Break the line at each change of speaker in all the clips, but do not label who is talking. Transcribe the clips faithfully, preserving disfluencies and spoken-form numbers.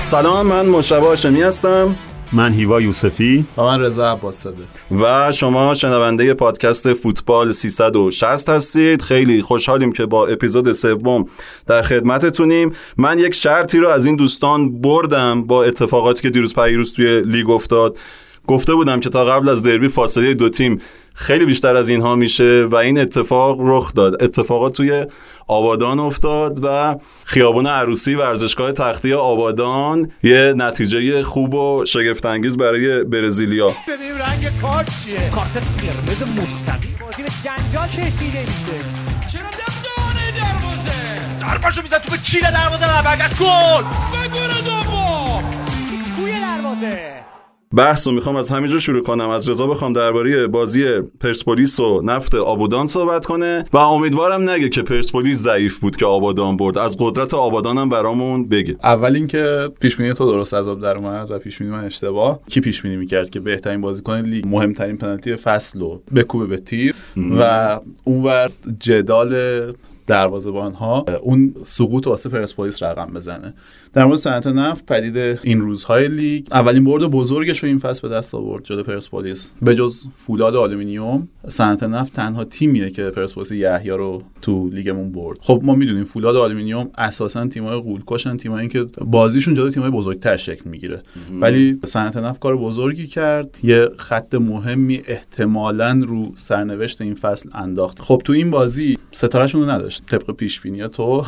سلام، من مشتبه هاشمی هستم.
من هیوا یوسفی
و من رضا عباس‌زاده
و شما شنونده پادکست فوتبال سیصد و شصت هستید. خیلی خوشحالیم که با اپیزود سوم در خدمتتونیم. من یک شرطی رو از این دوستان بردم با اتفاقاتی که دیروز پیروز توی لیگ افتاد. گفته بودم که تا قبل از دربی فاصله دو تیم خیلی بیشتر از اینها میشه و این اتفاق رخ داد. اتفاقات توی آبادان افتاد و خیابان عروسی ورزشگاه تختی آبادان یه نتیجه خوب و شگفت انگیز برای برزیلیا.
ببینیم رنگ کارت چیه؟ کارت قرمز مستقیم بازی به جنجال کشیده میشه. چرا دونه دروازه؟ ضربه‌شو میزنه تو به کیل دروازه، برگشت گل. به گل دوم. توی دروازه.
بحث رو میخوام از همینجا شروع کنم. از رضا بخوام درباره بازی پرسپولیس و نفت آبادان صحبت کنه و امیدوارم نگه که پرسپولیس ضعیف بود که آبادان برد. از قدرت آبادان هم برامون بگه.
اول اینکه پیش بینی تو درست از آب در اومد و پیش بینی من اشتباه. کی پیش بینی میکرد که بهترین بازیکن لیگ مهمترین پنالتی فصل رو بکوبه به تیر و اونور جدال دروازه‌بان‌ها اون سقوط واسه پرسپولیس رقم بزنه. در مورد صنعت نفت پدید این روزهای لیگ اولین برد بزرگش رو این فصل به دست آورد جلوی پرسپولیس. به جز فولاد آلومینیوم صنعت نفت تنها تیمیه که پرسپولیس یحیی رو تو لیگمون برد. خب ما میدونیم فولاد آلومینیوم اساساً تیم‌های غول‌کشن، تیمایی که بازیشون جلوی تیم‌های بزرگتر شکل میگیره. ولی صنعت نفت کار بزرگی کرد، یه خط مهمی احتمالاً رو سرنوشت این فصل انداخت. خب تو این بازی ستاره‌شون رو نداشت طبق پیش بینی تو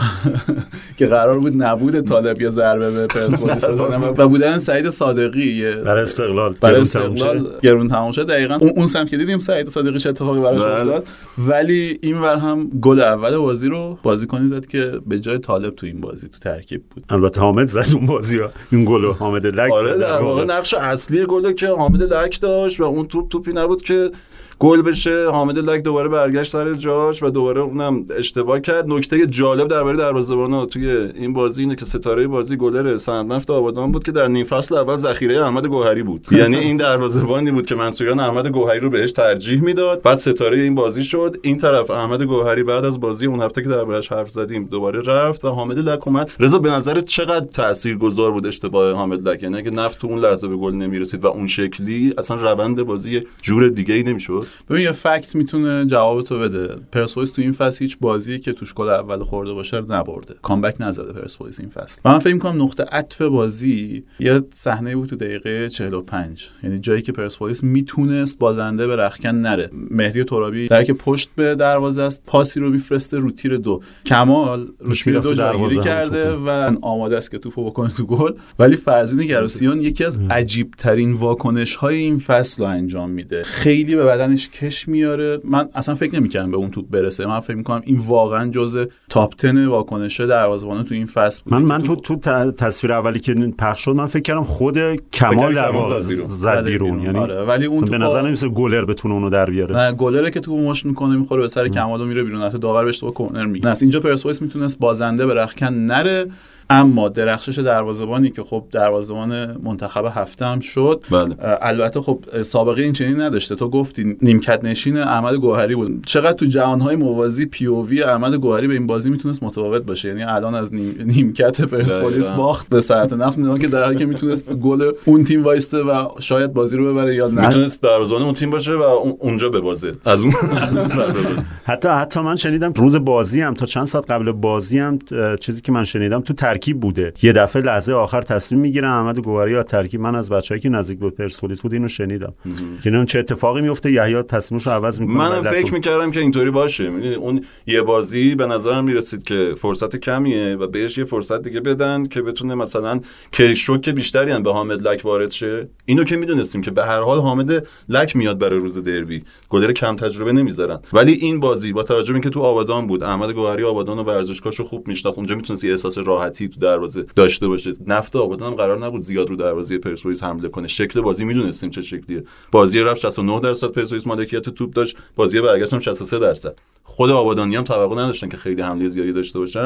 که قرار بود نبود طالب یا ضربه به پرسپولیس بزنن و بودن سعید صادقی
برای استقلال
برای استقلال گرون تمام شد. دقیقاً اون سمت که دیدیم سعید صادقی چه اتفاقی براش افتاد، ولی اینور هم گل اول بازی رو بازیکنی زد که به جای طالب تو این بازی تو ترکیب بود.
البته حامد زد اون بازی‌ها، این گلو حامد لک
آره
زد.
در واقع نقش اصلی گل که حامد لک داشت و اون توپ توپی نبود که گل بشه. حامد لک دوباره برگشت سر جاش و دوباره اونم اشتباه کرد. نکته جالب درباره دروازه‌بانا توی این بازی اینه که ستاره بازی گلر صنعت نفت آبادان بود که در نیم فصل اول ذخیره احمد گوهری بود. یعنی این دروازه‌بانی بود که منصوریان احمد گوهری رو بهش ترجیح میداد، بعد ستاره این بازی شد. این طرف احمد گوهری بعد از بازی اون هفته که دربارش حرف زدیم دوباره رفت و حامد لک اومد. رضا به نظر چقدر تاثیرگذار بود اشتباه حامد لک؟ یعنی اگه نفت تو اون لحظه به گل نمیرسید و اون شکلی اصلا روند بازی جور دیگه‌ای نمیشد.
ببین یه فکت میتونه جواب تو بده. پرسپولیس تو این فصل هیچ بازی که توش گل اول خورده باشه رو نبرده. کامبک نزده پرسپولیس این فصل. من فکر می‌کنم نقطه عطف بازی یه صحنه بود تو دقیقه چهل و پنج، یعنی جایی که پرسپولیس میتونست بازنده به رختکن نره. مهدی ترابی در که پشت به دروازه است پاسی رو میفرسته رو تیر دو. کمال رو تیر دو جایگیری کرده و آماده است که توپو بکنه تو گل، ولی فرزین گروسیان یکی از عجیب ترین واکنش‌های این فصل رو انجام میده. خیلی به بدنش کش میاره. من اصلا فکر نمی‌کردم به اون توپ برسه. من فکر می‌کنم این واقعا جزء تاپ ده واکنشه دروازه‌بان تو این فصل بود.
من من تو تو تصویر اولی که پخش شد من فکر کردم خود کمال دروازه زد بیرون، یعنی
آره، ولی اون
به نظر نمیسه گلر بتونه اونو در بیاره.
نه، گلره که تو مشت میکنه میخوره به سر کمال و میره بیرون، حتی داور بهش تو کورنر میگه. نه اینجا پرسپولیس میتونست بازنده به رختکن نره، اما درخشش دروازه‌بانی که خب دروازه‌بان منتخب هفته هم شد.
بله.
البته خب سابقه این چنین نداشته. تو گفتی نیمکت نشین احمد گوهری بود. چقدر تو جهان‌های موازی پی او وی احمد گوهری به این بازی میتونست متفاوت باشه. یعنی الان از نیم... نیمکت پرسپولیس باخت به صنعت نفت، نه که در حالی که میتونست گل اون تیم وایسته و شاید بازی رو ببره یا نه
میتونست دروازه‌بان اون تیم باشه و اونجا ببازه. از اون
حتی حتی من شنیدم روز بازی هم تا چند ساعت قبل بازی هم چیزی که من شنیدم تو ترکیب بوده. یه دفعه لحظه آخر تصمیم میگیرن احمد گوهری یا ترکیب. من از بچه‌ای که نزدیک به پرسپولیس بود اینو شنیدم که اون چه اتفاقی میفته، یحیی تصمیمش رو عوض میکنه.
من فکر میکردم که اینطوری باشه. یعنی اون یه بازی به نظرم میرسید که فرصت کمیه و بهش یه فرصت دیگه بدن که بتونه مثلا که شوک بیشتری ان به حامد لک وارد شه. اینو که میدونستیم که به هر حال حامد لک میاد برای روز دربی، گلر کم تجربه نمیذارن. ولی این بازی با توجه به اینکه تو آبادان بود، احمد گوهری آبادان و ورزشگاهشو خوب میشناخت، اونجا میتونست احساس راحتی تو دروازه داشته باشه. نفت آبادان هم قرار نبود زیاد رو دروازه پرسپولیس حمله کنه. شکل بازی میدونستیم چه شکلیه. بازی رفت شصت و نه درصد پرسپولیس مالکیت توپ داشت، بازی برگشت هم شصت و سه درصد. خود آبادانی هم توقع نداشتن که خیلی حمله زیادی داشته باشن.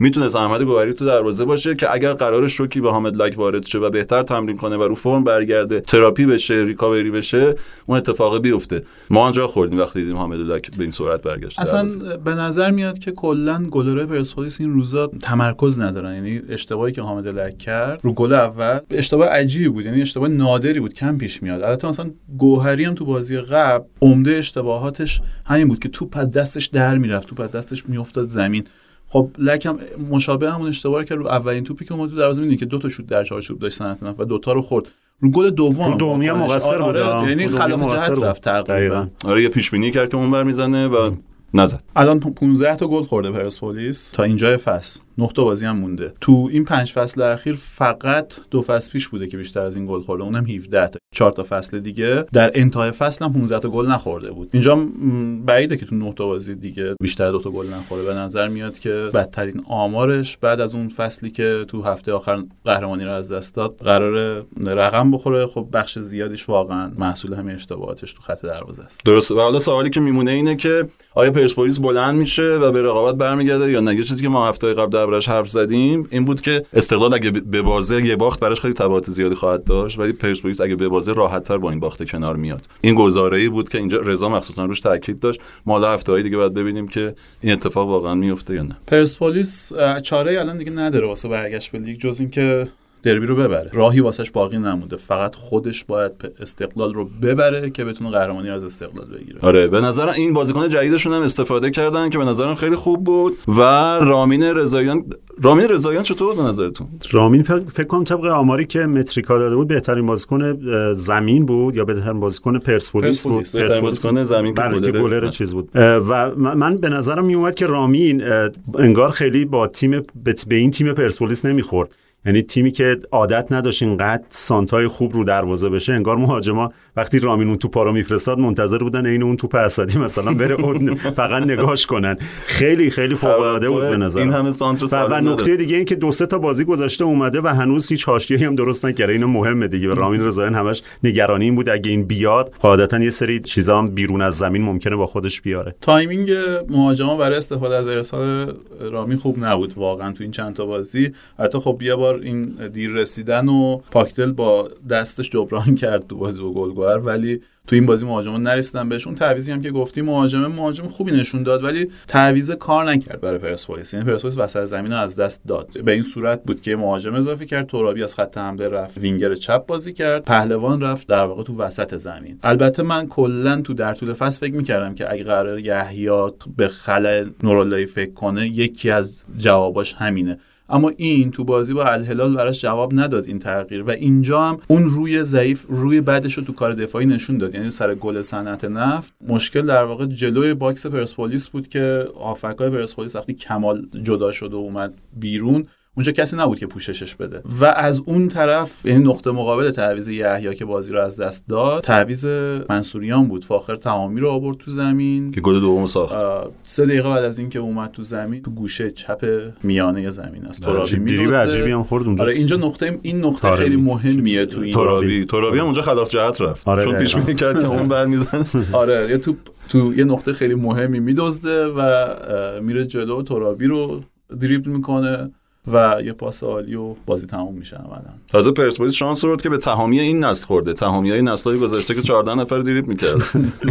میتونست احمد گوهری تو دروازه باشه که اگر قرار شوکی به حامد لک وارد شه و بهتر تمرین کنه و رو فرم برگرده، تراپی بشه، ریکاوری بشه، اون اتفاق بیفته. ما اونجا خوردیم وقتی دیدیم حامد لک به این سرعت برگشت.
اصلا به نظر میاد که کلا گلرهای پرسپولیس این روزا تمرکز ندارن. یعنی اشتباهی که حامد لک کرد رو گل اول اشتباه عجیبی بود، یعنی اشتباه نادری بود، کم پیش میاد. البته مثلا گوهری هم تو بازی قبل عمده اشتباهاتش همین بود که توپ از دستش در میرفت، توپ از دستش میافتاد زمین. خب لک هم مشابه همون اشتباهی که رو اولین توپی که اومد تو دروازه می‌بینی که دو تا شوت در چارچوب داشت سنتنف و دو تا رو خورد. رو گل دوم
دومی هم مقصر بود،
یعنی خلاف جهت رفت تقریبا.
آره یه پیش بینی کرد که اونور میزنه و نزد.
الان پانزده تا گل خورده پرسپولیس تا اینجای فصل، نه تا بازی هم مونده. تو این پنج فصل اخیر فقط دو فصل پیش بوده که بیشتر از این گل خورده، اونم هفده تا. چهار تا فصل دیگه در انتهای فصل هم پانزده تا گل نخورده بود. اینجا بعیده که تو نه تا بازی دیگه بیشتر دو تا گل نخوره. به نظر میاد که بدترین آمارش بعد از اون فصلی که تو هفته آخر قهرمانی رو از دست داد قراره رقم بخوره. خب بخش زیادیش واقعا محصول همین اشتباهاتش تو خط دروازه است.
درسته. و حالا سوالی که میمونه اینه که آیا پرسپولیس بلند میشه و به رقابت برمیگرده یا نه؟ چیزی که ما هفته قبل دربارش حرف زدیم این بود که استقلال اگه به بازه یه باخت براش خیلی تبعات زیادی خواهد داشت، ولی پرسپولیس اگه به بازه راحت‌تر با این باخت کنار میاد. این گزاره‌ای بود که اینجا رضا مخصوصا روش تاکید داشت. ما حالا هفته‌های دیگه باید ببینیم که این اتفاق واقعا میفته یا نه.
پرسپولیس چاره‌ای الان دیگه نداره واسه برگشت به لیگ جز اینکه دربی رو ببره. راهی واسش باقی نمونده، فقط خودش باید استقلال رو ببره که بتونه قهرمانی از استقلال بگیره.
آره به نظرم این بازیکن جدیدشون هم استفاده کردن که به نظرم خیلی خوب بود. و رامین رضاییان رامین رضاییان چطور بود به نظرتون؟
رامین فکر کنم طبق آماری که متریکا داده بود بهترین بازیکن زمین بود یا بهترین بازیکن پرسپولیس بود.
بهترین بازیکن زمین که
گلر چیز بود. و من به نظرم میومد که رامین انگار خیلی با تیم به این تیم پرسپولیس نمیخورد. یعنی تیمی که عادت نداشت اینقدر سانتای خوب رو دروازه بشه، انگار مهاجما وقتی رامین اون توپا رو میفرستاد منتظر بودن این اون توپ اسدی مثلا بره اون فقط نگاهش کنن. خیلی خیلی فوق العاده بود به نظر.
این همه سانتر
سالم. و نکته دیگه این که دو سه تا بازی گذاشته اومده و هنوز هیچ حاشیه‌ای هم درست نکرده. اینو مهمه دیگه. رامین رضاییان همش نگرانی این بود اگه این بیاد قاعدتاً یه سری چیزا هم بیرون از زمین ممکنه با خودش بیاره.
تایمینگ مهاجما برای استفاده از ارسال رامین خوب نبود واقعا تو این چند تا بازی. البته خب یه بار این دیر رسیدن و پاکتل با دستش جبران کرد تو بازی با گلگهر، ولی تو این بازی مهاجما نرسیدن بهش. اون تعویضی هم که گفتی مهاجم مهاجم خوبی نشون داد ولی تعویض کار نکرد برای پرسپولیس. یعنی پرسپولیس وسط زمین رو از دست داد. به این صورت بود که مهاجم اضافه کرد، ترابی از خط حمله رفت وینگر چپ بازی کرد، پهلوان رفت در واقع تو وسط زمین. البته من کلا تو در طول فصل فکر می‌کردم که اگه قرار یحیی به خلأ نوراللهی فکر کنه یکی از جواباش همینه، اما این تو بازی با الهلال براش جواب نداد این تغییر و اینجا هم اون روی ضعیف روی بعدش رو تو کار دفاعی نشون داد. یعنی سر گل صنعت نفت مشکل در واقع جلوی باکس پرسپولیس بود که هافکای پرسپولیس وقتی کمال جدا شد و اومد بیرون اونجا کسی نبود که پوششش بده. و از اون طرف یعنی نقطه مقابل تعویض یحیی که بازی رو از دست داد تعویض منصوریان بود. فاخر تمامی رو آورد تو زمین
که گل دوم ساخت.
سه دقیقه بعد از اینکه اومد تو زمین تو گوشه چپ میانه زمین است ترابی
میدوزه. عجیبی هم خورد اونجا.
آره اینجا نقطه این نقطه تاربی. خیلی مهمیه تو این
ترابی ترابی هم اونجا خلاف جهت رفت.
آره
چون پیش بینی کرد که اون برمیزنه.
آره یه توپ تو یه نقطه خیلی مهمی میدزده و میره جلو ترابی رو دریبل میکنه و یه پاس عالی و بازی تموم میشه عملاً.
تازه پرسپولیس شانس آورد که به تهامی این نسل خورده. تهامیای نسل‌های گذشته که چهارده نفر دریبل می‌کرد.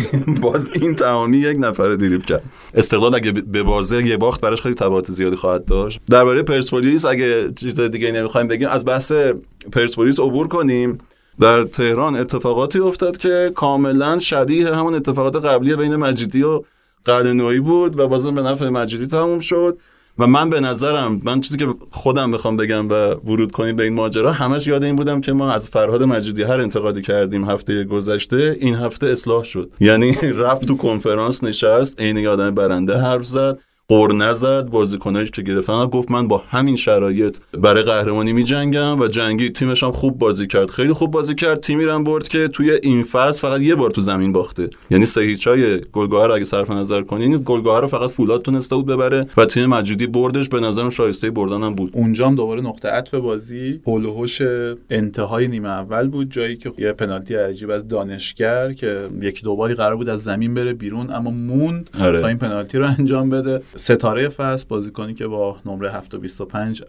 باز این تهامی یک نفر دریبل کرد. استقلال اگه به بازه یه باخت براش خیلی تبعات زیادی خواهد داشت. درباره پرسپولیس اگه چیز دیگه نمی‌خوایم بگیم از بحث پرسپولیس عبور کنیم. در تهران اتفاقاتی افتاد که کاملا شبیه همون اتفاقات قبلی بین مجیدی و قرنویی بود و بازم به نفع مجیدی تموم شد. و من به نظرم من چیزی که خودم بخوام بگم و ورود کنیم به این ماجرا همش یاد این بودم که ما از فرهاد مجیدی هر انتقادی کردیم هفته گذشته این هفته اصلاح شد. یعنی رفت تو کنفرانس نشست عین آدم برنده حرف زد، قور نزد، بازیکنایش که گرفتن گفت من با همین شرایط برای قهرمانی می‌جنگم و جنگی. تیمش هم خوب بازی کرد، خیلی خوب بازی کرد. تیمی رو برد که توی این فصل فقط یه بار تو زمین باخته. یعنی سه هیچای گلگهر اگه صرف نظر کنین گلگهر رو فقط فولاد تونسته بود ببره و تیم مجیدی بردش. به نظرم شایسته بردن هم بود.
اونجا هم دوباره نقطه عطف بازی هول و هوش انتهای نیمه اول بود، جایی که یه پنالتی عجیب از دانشگر که یکی دو باری قرار بود از زمین بره بیرون اما موند
آره.
تا این پنالتی رو انجام بده. ستاره فصل بازیکنی که با نمره هفت و بیست و پنج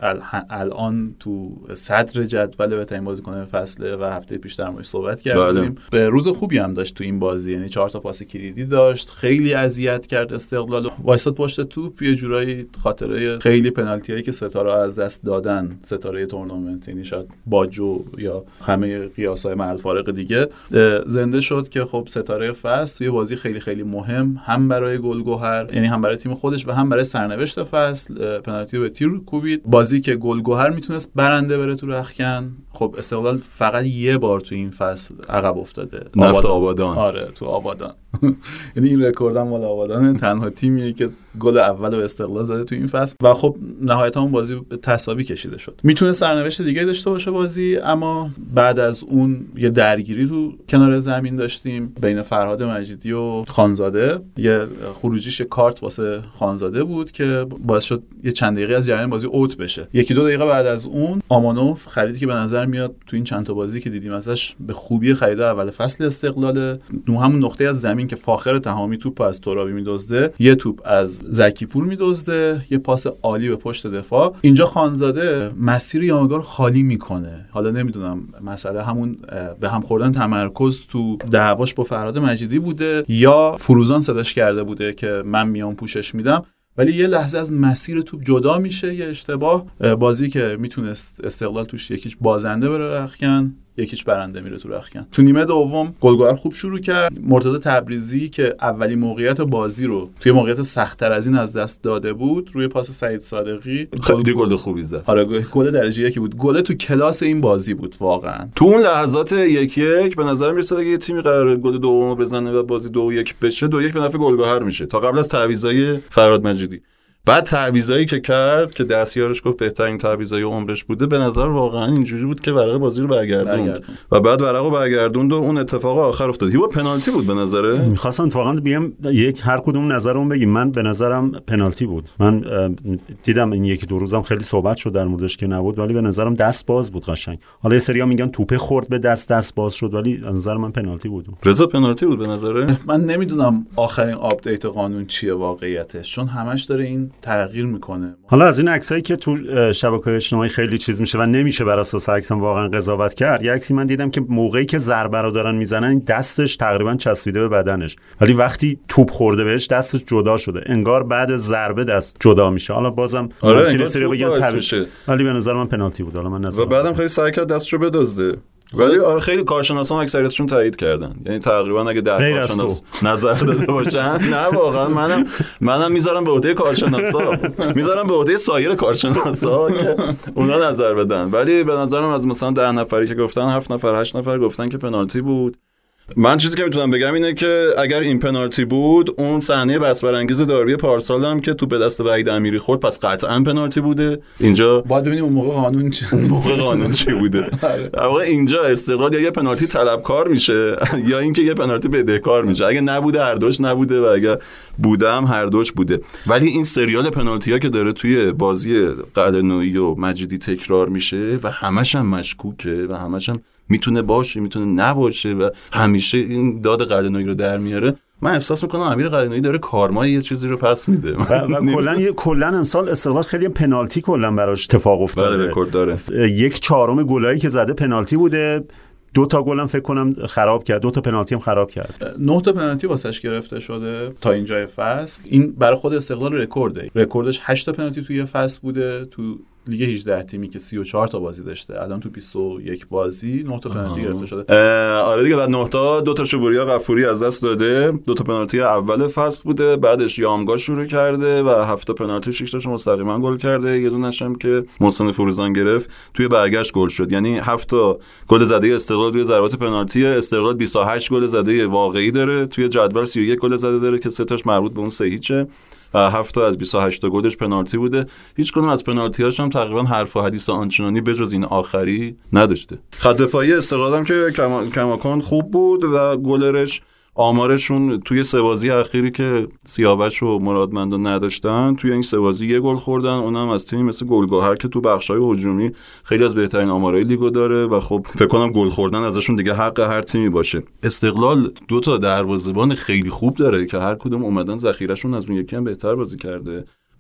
الان تو صدر جدول بهترین بازیکن فصله و هفته پیش در موردش صحبت کردیم. به روز خوبی هم داشت تو این بازی، یعنی چهار تا پاس کلیدی داشت، خیلی اذیت کرد استقلال، وایساد پشت توپ، یه جورایی خاطره خیلی پنالتیایی که ستاره از دست دادن، ستاره تورنمنت، یعنی شاید باجو یا همه قیاسای مع الفارق دیگه زنده شد که خب ستاره فصل توی بازی خیلی خیلی مهم، هم برای گلگهر یعنی هم برای تیم خودش و هم برای سرنوشت فصل پنالتی رو به تیر کوبید. بازی که گلگهر میتونست برنده بره تو رختکن، خب استقلال فقط یه بار تو این فصل عقب افتاده،
نفت آبادان.
آره تو آبادان. یعنی این رکورد هم مال آبادان، تنها تیمیه که گل اول رو استقلال زده تو این فصل و خب نهایتا اون بازی به تساوی کشیده شد. میتونه سرنوشت دیگه داشته باشه بازی، اما بعد از اون یه درگیری تو کنار زمین داشتیم بین فرهاد مجیدی و خانزاده، یه خروجیش کارت واسه خانزاده بود که باعث شد یه چند دقیقه از جریان بازی اوت بشه. یکی دو دقیقه بعد از اون آمانوف، خریدی که به نظر میاد تو این چند تا بازی که دیدیم ازش به خوبی خرید اول فصل استقلال، دو همون نقطه از زمین که فاخر تهامی توپ از ترابی میدزده، یه توپ از زکی پور میدزده، یه پاس عالی به پشت دفاع. اینجا خانزاده مسیر یامگار خالی میکنه. حالا نمیدونم مسئله همون به هم خوردن تمرکز تو دعواش با فرهاد مجیدی بوده یا فروزان صداش کرده بوده که من میام پوشش میدم، ولی یه لحظه از مسیر توپ جدا میشه، یه اشتباه. بازی که میتونست استقلال توش یکیش بازنده بره رختکن، یکیش برنده میره تو رختکن. تو نیمه دوم گلگهر خوب شروع کرد. مرتضی تبریزی که اولین موقعیت بازی رو توی موقعیت سخت‌تر از این از دست داده بود، روی پاس سعید صادقی
خیلی گل خوبی زد.
آره گل درجه یکی بود، گل تو کلاس این بازی بود واقعا.
تو اون لحظات یک یک به نظر میرسه اگه یه تیمی قراره گل دوم بزنه و بازی دو یک بشه، دو یک به نفع گلگهر میشه تا قبل از تعویضای فرهاد مجیدی. بعد تعویضایی که کرد که دستیارش گفت بهترین تعویضای عمرش بوده، به نظر واقعا اینجوری بود که ورق بازی رو برگردوند و بعد ورق رو برگردوند و اون اتفاق آخر افتاد. هیوا پنالتی بود به نظره؟
می‌خواستم واقعا بگم یک هر کدوم نظرمون بگیم. من به نظرم پنالتی بود. من دیدم این یکی دو روزم خیلی صحبت شد در موردش که نبود، ولی به نظرم دست باز بود قشنگ. حالا یه سری‌ها میگن توپه خورد به دست دست باز شد، ولی به نظر من پنالتی بود.
رضا پنالتی بود به نظره؟
من نمیدونم آخرین آپدیت قانون چیه واقعیتش، چون همش داره این تغییر میکنه.
حالا از این عکسایی که تو شبکه‌های اجتماعی خیلی چیز میشه و نمیشه بر اساس عکسم واقعا قضاوت کرد، یه عکسی من دیدم که موقعی که ضربه رو دارن میزنن دستش تقریبا چسبیده به بدنش، ولی وقتی توپ خورده بهش دستش جدا شده، انگار بعد ضربه دست جدا میشه. حالا بازم
آره
سری بگن تبریشه، ولی به نظر من پنالتی بود. حالا من نظر
و بعدم خیلی سعی کرد دستشو بدزده، ولی آره خیلی کارشناسان اکثریتشون تایید کردن، یعنی تقریبا اگه ده کارشناس نظر داده باشن، نه واقعا منم منم میذارم به عهده کارشناسا، میذارم به عهده سایر کارشناسا که اونا نظر بدن، ولی به نظرم از مثلا ده نفری که گفتن هفت نفر هشت نفر گفتن که پنالتی بود. من چیزی که میتونم بگم اینه که اگر این پنالتی بود، اون صحنه بس برانگیز داربی پارسال هم که تو به دست وحید امیری خورد، پس قطعا پنالتی بوده. اینجا
باید ببینیم اون موقع قانون چی
اون موقع قانون چی بوده. در واقع اینجا استقلال یا یه پنالتی طلبکار میشه یا اینکه یه پنالتی بدهکار میشه. اگه نبوده هر دوش نبوده و اگر بوده هم هر دوش بوده. ولی این سریال پنالتی‌ها که داره توی بازی قلعه‌نویی و مجیدی تکرار میشه و همش هم مشکوکه و همش هم میتونه باشه میتونه نباشه و همیشه این داد قلعه‌نویی رو در میاره، من احساس میکنم امیر قلعه‌نویی داره کارمای یه چیزی رو پس میده و,
و کلا کلا امسال استقلال خیلی پنالتی کلا براش اتفاق افتاده.
رکورد داره.
یک چهارم گلایی که زده پنالتی بوده. دو تا گل هم فکر کنم خراب کرد، دو تا پنالتی هم خراب کرد.
نه تا پنالتی واسش گرفته شده تا اینجای فصل. این برای خود استقلال رکورده. رکوردش هشت تا پنالتی توی فصل بوده تو لیگ هجده تیمی که سی و چهار تا بازی داشته. الان تو بیست و یک بازی نه تا پنالتی گرفته شده.
آره دیگه، بعد نه تا دو تا شبوریا غفوری از دست داده، دو تا پنالتی اول فصل بوده، بعدش یامگا شروع کرده و هفت تا پنالتی شش تاشو مستقیما گل کرده، یه دونه‌ش هم که محسن فروزان گرفت توی برگشت گل شد. یعنی هفت تا گل زده استقلال روی ضربات پنالتی. استقلال بیست و هشت گل زده واقعی داره، توی جدول سی و یک گل زده داره که سه تاش مربوط به اون سه هیچه و هفت تا از بیست و هشت تا گلش پنالتی بوده. هیچ کدوم از پنالتی‌هاش هم تقریبا حرف و حدیث آنچنانی بجز این آخری نداشته. خط دفاعی استقلال هم که کماکان خوب بود و گلرش آمارشون توی سه بازی اخیری که سیاوش و مرادمندو نداشتن، توی این سه بازی یه گل خوردن، اونم از تیمی مثل گلگهر که تو بخشای هجومی خیلی از بهترین آمارهای لیگو داره و خب فکر کنم گل خوردن ازشون دیگه حق هر تیمی باشه. استقلال دو تا دروازه‌بان خیلی خوب داره که هر کدوم اومدن ذخیره‌شون از اون یکی هم بهتر بازی کرده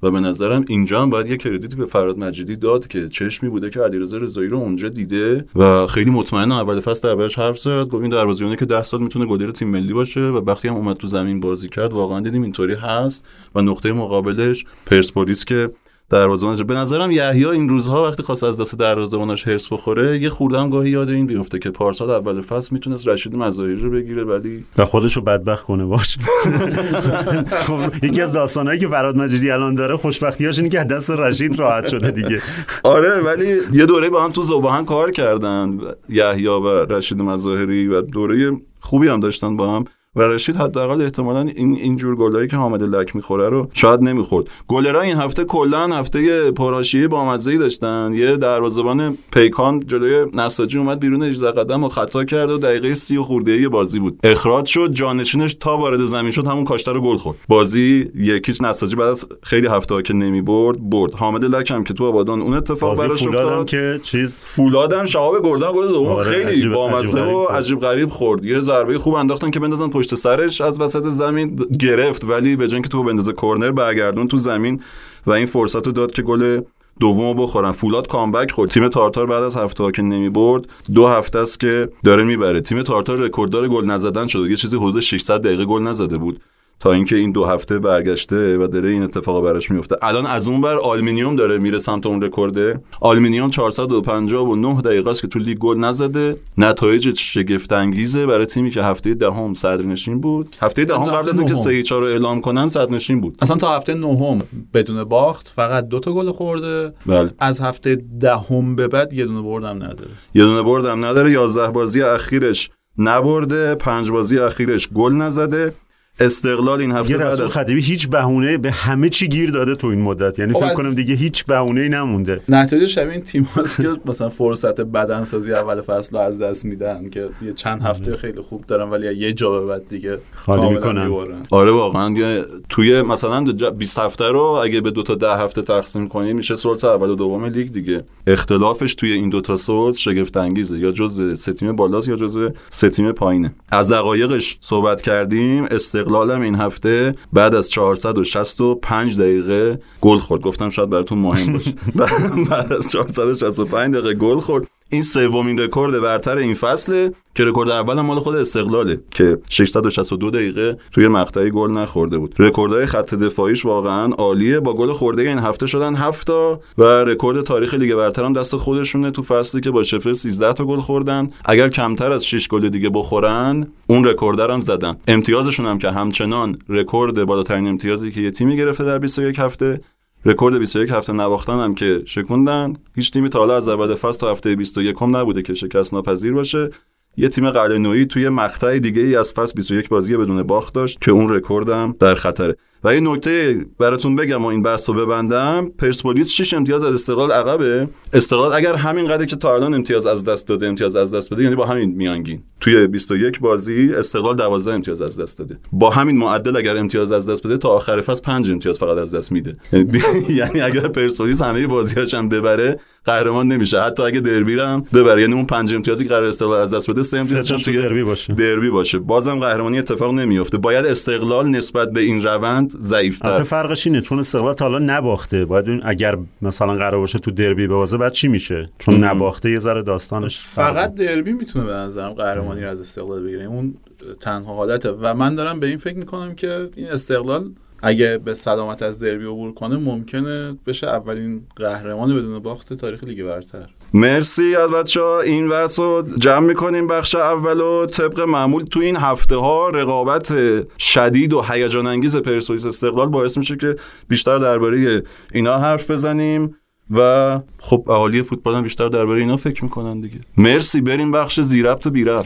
و به نظرم اینجا هم باید یه کردیتی به فراد مجیدی داد که چشمی بوده که علیرضا رضایی رو اونجا دیده و خیلی مطمئن اول فصل دربارش حرف زد. گفت این دروازه‌بانی که ده سال میتونه گلر تیم ملی باشه و وقتی هم اومد تو زمین بازی کرد واقعا دیدیم اینطوری هست. و نقطه مقابلش پرسپولیس که دروازه‌بانش به نظرم یحیی این روزها وقتی خواست از دست دروازه‌بانش هرس بخوره یه خورده هم گاهی یاد این بیفته که پارسال اول فصل میتونست رشید مظاهری رو بگیره ولی
و خودشو بدبخت کنه باشه. خب یکی از داستانایی که فراد مجیدی الان داره خوشبختیاش اینه که دست رشید راحت شده دیگه.
آره ولی یه دوره با هم تو ذوباهن کار کردن یحیی و رشید مظاهری و دوره خوبی هم داشتن با هم و رشید حداقل احتمالاً این اینجور گلایی که حامد لک میخوره رو شاید نمیخورد. گلرها این هفته کلا هفته پرحاشیه بامزه‌ای داشتن. یه دروازه‌بان پیکان جلوی نساجی اومد بیرون هجده قدم و خطا کرد و دقیقه سی و خورده‌ای بازی بود اخراج شد. جانشینش تا وارد زمین شد همون کاشته رو گل خورد. بازی یکیش نساجی بعد از خیلی هفته‌ها که نمیبرد برد. حامد لک هم که تو آبادان اون اتفاق براش افتاد
که چیز
فولادم شهاب گردن گل دوم خیلی بامزه و عجیب غریب خورد. یه ضربه خوب انداختن که بندازن پشت سرش از وسط زمین گرفت ولی به جای اینکه تو بندازه کورنر برگردون تو زمین و این فرصت رو داد که گل دومو بخورن. فولاد کامبک خورد. تیم تارتار بعد از هفته ها که نمیبرد دو هفته است که داره میبره. تیم تارتار رکورددار گل نزدن شده. یه چیزی حدود ششصد دقیقه گل نزده بود تا اینکه این دو هفته برگشته و داره این اتفاقا براش میفته. الان از اون بر آلومینیوم داره میره سمت اون رکورد. آلومینیوم چهارصد و پنجاه و نه دقیقه است که تو لیگ گل نزده. نتایج شگفت انگیزه برای تیمی که هفته دهم صدرنشین بود. هفته دهم قبل از اینکه سه هیچ رو اعلام کنن صدرنشین بود.
اصلا تا هفته نهم بدون باخت فقط دو تا گل خورده.
بله.
از هفته دهم به بعد یه دونه برد هم نداره.
یه دونه برد هم نداره. یازده بازی اخیرش نبرده، پنج بازی اخیرش گل نزده. استقلال این هفته
بعد از خطیبی هیچ بهونه به همه چی گیر داده تو این مدت، یعنی فکر کنم دیگه هیچ بهونه‌ای نمونده.
نتیجه شبیه این تیم‌هاست که مثلا فرصت بدنسازی اول فصل از دست میدن که یه چند هفته خیلی خوب دارن ولی یه جا به بعد دیگه
خالی میکنن.
آره واقعا توی مثلا بیست هفته رو اگه به دو تا ده هفته تقسیم کنی میشه ثلث اول و دوم لیگ دیگه. اختلافش توی این دو تا ثلث شگفت انگیزه، یا جزو سه تیم بالاست یا جزو سه تیم پایینه. از دقایقش صحبت کردیم. استقلالم این هفته بعد از چهارصد و شصت و پنج دقیقه گل خورد. گفتم شاید براتون مهم باشه. بعد از چهارصد و شصت و پنج دقیقه گل خورد. این سومین رکورد برتر این فصله که رکورد اول مال خود استقلاله که ششصد و شصت و دو دقیقه توی مقطعی گل نخورده بود. رکوردهای خط دفاعیش واقعا عالیه. با گل خورده این هفته شدن هفت تا و رکورد تاریخ لیگ برتر هم دست خودشونه. تو فصلی که با شفیلد سیزده تا گل خوردن، اگر کمتر از شش گل دیگه بخورن اون رکورد هم زدن. امتیازشون هم که همچنان رکورد بالاترین امتیازی که یه تیمی گرفته در بیست و یک هفته، رکورد بیست و یک هفته نباختن هم که شکوندن. هیچ تیمی تا حالا از اول فصل تا هفته بیست و یک هم نبوده که شکست ناپذیر باشه. یه تیم قلعه‌نویی توی مقطع دیگه ای از فصل بیست و یک بازی بدون باخت داشت که اون رکوردم در خطره. و یه نکته براتون بگم و این بحثو ببندم، پرسپولیس شش امتیاز از استقلال عقبه. استقلال اگر همین قدری که تا الان امتیاز از دست داده امتیاز از دست بده، یعنی با همین میانگین توی بیست و یک بازی استقلال دوازده امتیاز از دست داده. با همین معدل اگر امتیاز از دست بده تا آخر فصل پنج امتیاز فقط از دست میده. یعنی اگر پرسپولیس همه بازی‌هاش هم ببره قهرمان نمیشه، حتی اگه دربی هم ببره. یعنی اون پنج امتیازی که قرار استقلال از دست بده سه امتیاز توی
دربی باشه
دربی باشه بازم قهرمانی اتفاق نمیفته. باید استقلال نسبت به این روند ضعیف‌تر.
البته فرقش اینه چون استقلال تا حالا نباخته. باید اون اگر مثلا قرار باشه تو دربی ببازه بعد چی میشه؟ چون ام. نباخته یه ذره داستانش
فقط دربی میتونه به نظرم قهرمانی رو از استقلال بگیره. اون تنها حالته و من دارم به این فکر میکنم که این استقلال اگه به سلامت از دربی عبور کنه ممکنه بشه اولین قهرمان بدون باخت تاریخ لیگ برتر.
مرسی از بچه‌ها. این بحثو جمع می‌کنیم بخش اولو. طبق معمول تو این هفته‌ها رقابت شدید و هیجان انگیز پرسپولیس استقلال باعث میشه که بیشتر درباره اینا حرف بزنیم و خب اهالی فوتبال هم بیشتر درباره اینا فکر می‌کنن دیگه. مرسی. بریم بخش زی ربط و بی ربط.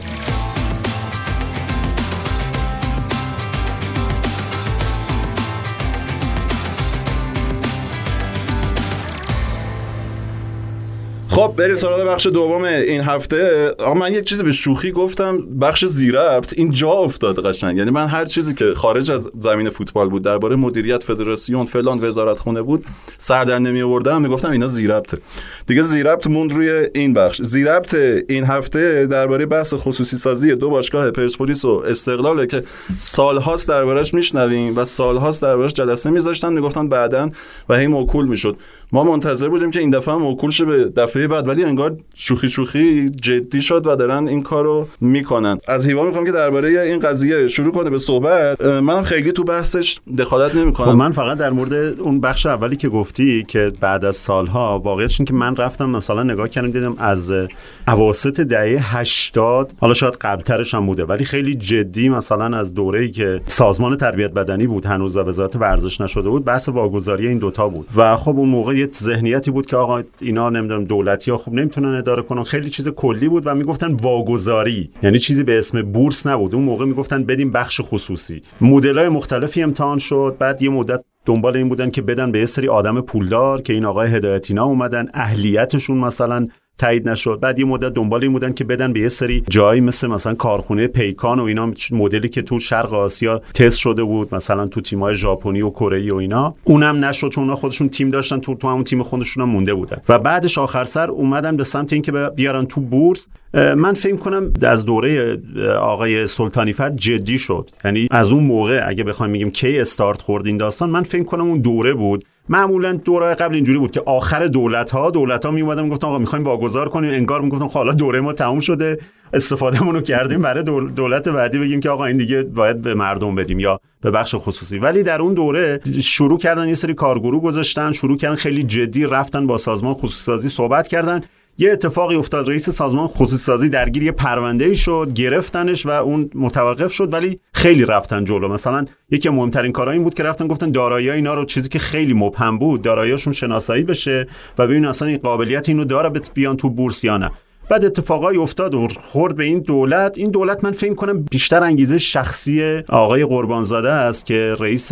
خب بریم سراغ بخش دوم این هفته. آقا من یک چیزی به شوخی گفتم، بخش زیربط این جا افتاد قشنگ. یعنی من هر چیزی که خارج از زمین فوتبال بود درباره مدیریت فدراسیون فلان وزارت خونه بود سر در نمی آوردم، میگفتم اینا زیربطه. دیگه زیربط موند روی این بخش. زیربط این هفته درباره بحث خصوصی سازی دو باشگاه پرسپولیس و استقلاله که سالهاست دربارش میشنویم و سالهاست دربارش جلسه میذاشتن، میگفتن بعداً و هی موکول میشد. ما منتظر بودیم که این دفعه هم موکول شه به دفعه بعد، ولی انگار شوخی شوخی جدی شد و دارن این کارو میکنن. از هیوا میخوام که درباره این قضیه شروع کنه به صحبت. منم خیلی تو بحثش دخالت نمیکنم.
خب من فقط در مورد اون بخش اولی که گفتی که بعد از سالها، واقعیتش این که من رفتم مثلا نگاه کردم دیدم از اواسط دهه هشتاد، حالا شاید قبلترش هم بوده، ولی خیلی جدی مثلا از دوره‌ای که سازمان تربیت بدنی بود هنوز وزارت ورزش نشده بود، بحث واگذاری این دوتا بود و خب اون موقع یه ذهنیتی بود که آقا اینا نمیدونم دولتی‌ها خوب نمیتونن اداره کنن، خیلی چیز کلی بود و میگفتن واگذاری، یعنی چیزی به اسم بورس نبود. اون موقع میگفتن بدیم بخش خصوصی. مدل‌های مختلفی امتحان شد، بعد یه مدت دنبال این بودن که بدن به یه سری آدم پولدار که این آقای هدایتینا اومدن، اهلیتشون مثلا تایید نشد. بعد یه مدت دنبال این بودن که بدن به یه سری جایی مثل مثلا کارخونه پیکان و اینا، مدلی که تو شرق آسیا تست شده بود مثلا تو تیم‌های ژاپنی و کره و اینا، اونم نشد چون اونا خودشون تیم داشتن، تو تو همون تیم خودشون هم مونده بودن. و بعدش آخر سر اومدن به سمت اینکه بیارن تو بورس. من فکر کنم از دوره آقای سلطانی فرد جدی شد، یعنی از اون موقع اگه بخوایم بگیم کی استارت خورد این داستان، من فکر کنم اون دوره بود. معمولا دوره قبل اینجوری بود که آخر دولت‌ها دولت‌ها میومدن میگفتن آقا می‌خوایم واگذار کنیم، انگار میگفتن خب حالا دوره ما تموم شده، استفادهمون رو کردیم، برای دولت بعدی بگیم که آقا این دیگه باید به مردم بدیم یا به بخش خصوصی. ولی در اون دوره شروع کردن یه سری کارگروه گذاشتن، شروع کردن خیلی جدی رفتن با سازمان خصوصی سازی صحبت کردن. یه اتفاقی افتاد، رئیس سازمان خصوصی سازی درگیر یه پرونده‌ای شد، گرفتنش و اون متوقف شد، ولی خیلی رفتن جلو. مثلا یکی از مهمترین کارها این بود که رفتن گفتن دارایی اینا رو، چیزی که خیلی مبهم بود، دارایی‌هاشون شناسایی بشه و ببینن اصلا این قابلیت اینو داره بیان تو بورس یا نه. بعد اتفاقای افتاد و خورد به این دولت. این دولت من فکر کنم بیشتر انگیزه شخصی آقای قربانزاده است که رئیس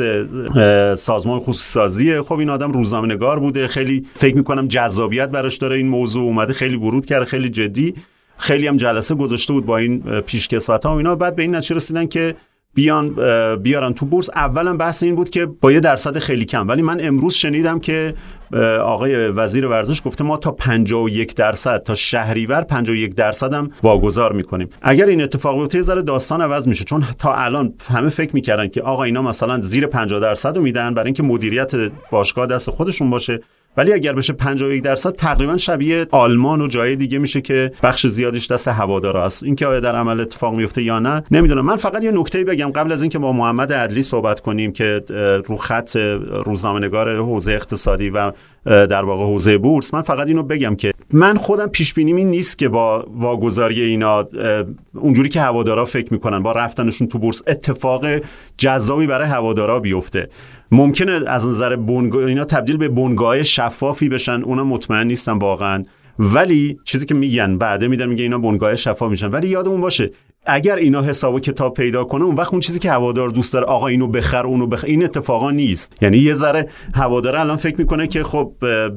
سازمان خصوصی سازیه. خب این آدم روزنامه‌نگار بوده، خیلی فکر می‌کنم جذابیت براش داره این موضوع، اومده خیلی ورود کرده، خیلی جدی، خیلی هم جلسه گذاشته بود با این پیشکسوت‌ها و اینا. بعد به این نتیجه رسیدن که بیان بیارن تو بورس. اولا بحث این بود که با یه درصد خیلی کم، ولی من امروز شنیدم که آقای وزیر ورزش گفته ما تا پنجاه و یک درصد تا شهریور پنجاه و یک درصد هم واگذار میکنیم. اگر این اتفاق بیفته یه ذره داستان عوض میشه، چون تا الان همه فکر میکردن که آقا اینا مثلا زیر پنجاه درصد رو میدن برای اینکه مدیریت باشگاه دست خودشون باشه، ولی اگر بشه پنجاه و یک درصد تقریبا شبیه آلمان و جای دیگه میشه که بخش زیادیش دست هوادارا است. این که آیا در عمل اتفاق میفته یا نه نمیدونم. من فقط یه نکته بگم قبل از اینکه با محمد عدلی صحبت کنیم که رو خط روزنامه‌نگار حوزه اقتصادی و در واقع حوزه بورس، من فقط اینو بگم که من خودم پیش بینیم این نیست که با واگذاری اینا اونجوری که هوادارا فکر میکنن با رفتنشون تو بورس اتفاق جذابی برای هوادارا بیفته. ممکنه از نظر بنگاه اینا تبدیل به بنگاه شفافی بشن، اونا مطمئن نیستم واقعا، ولی چیزی که میگن بعده میدن میگه اینا بنگاه شفاف میشن. ولی یادمون باشه اگر اینا حساب و کتاب پیدا کنه اون وقت اون چیزی که هوادار دوست داره آقا اینو بخر اونو بخر، این اتفاقا نیست. یعنی یه ذره هوادار الان فکر میکنه که خب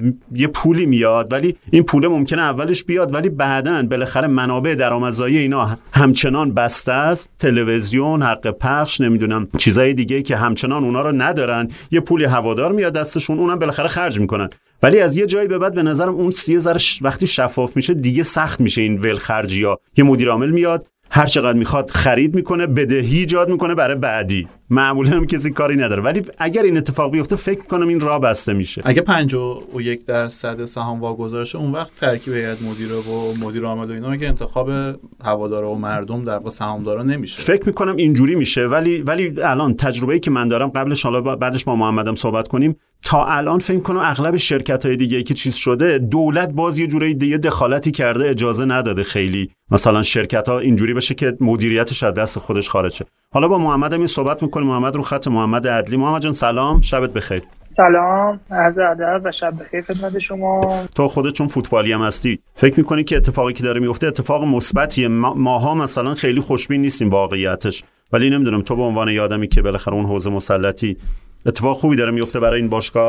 یه پولی میاد، ولی این پول ممکنه اولش بیاد ولی بعداً بالاخره منابع درآمدزایی اینا همچنان بسته است، تلویزیون، حق پخش، نمیدونم چیزای دیگه که همچنان اونا رو ندارن، یه پولی هوادار میاد دستشون، اونم بالاخره خرج میکنن. ولی از یه جایی به بعد به نظرم اون سی ذره وقتی شفاف میشه دیگه سخت میشه این ول خرجی‌ها. یه مدیر عامل میاد هر چقدر میخواد خرید میکنه، بدهی ایجاد میکنه برای بعدی، معمولا هم کسی کاری نداره. ولی اگر این اتفاق بیفته فکر میکنم این راه بسته میشه.
اگه پنجاه و یک درصد سهام واگذار شه اون وقت ترکیب هیئت مدیره و مدیر عامل و اینا که انتخاب هوادارا و مردم در واقع سهامدارا نمیشه.
فکر میکنم اینجوری میشه. ولی ولی الان تجربه‌ای که من دارم، قبلش حالا بعدش با محمدم صحبت کنیم، تا الان فکر کنم اغلب شرکت‌های دیگه که چیز شده دولت باز یه جوری دیگه دخالتی کرده، اجازه نداده خیلی مثلا شرکت‌ها اینجوری بشه که مدیریتش از دست خودش خارج شه. حالا با محمدم این صحبت می‌کنیم. محمد رو خط، محمد عدلی. محمد جان سلام، شبت بخیر.
سلام، عرض ادب و شب بخیر خدمت شما.
تو خودت چون فوتبالی هم هستی فکر می‌کنی که اتفاقی که داره میفته اتفاق مثبتیه؟ ما ماها مثلا خیلی خوشبین نیستیم واقعیتش، ولی نمیدونم تو به عنوان یه آدمی که بالاخره اون حوزه مسلطی اتفاق خوبی داره میفته برای این باشگاه؟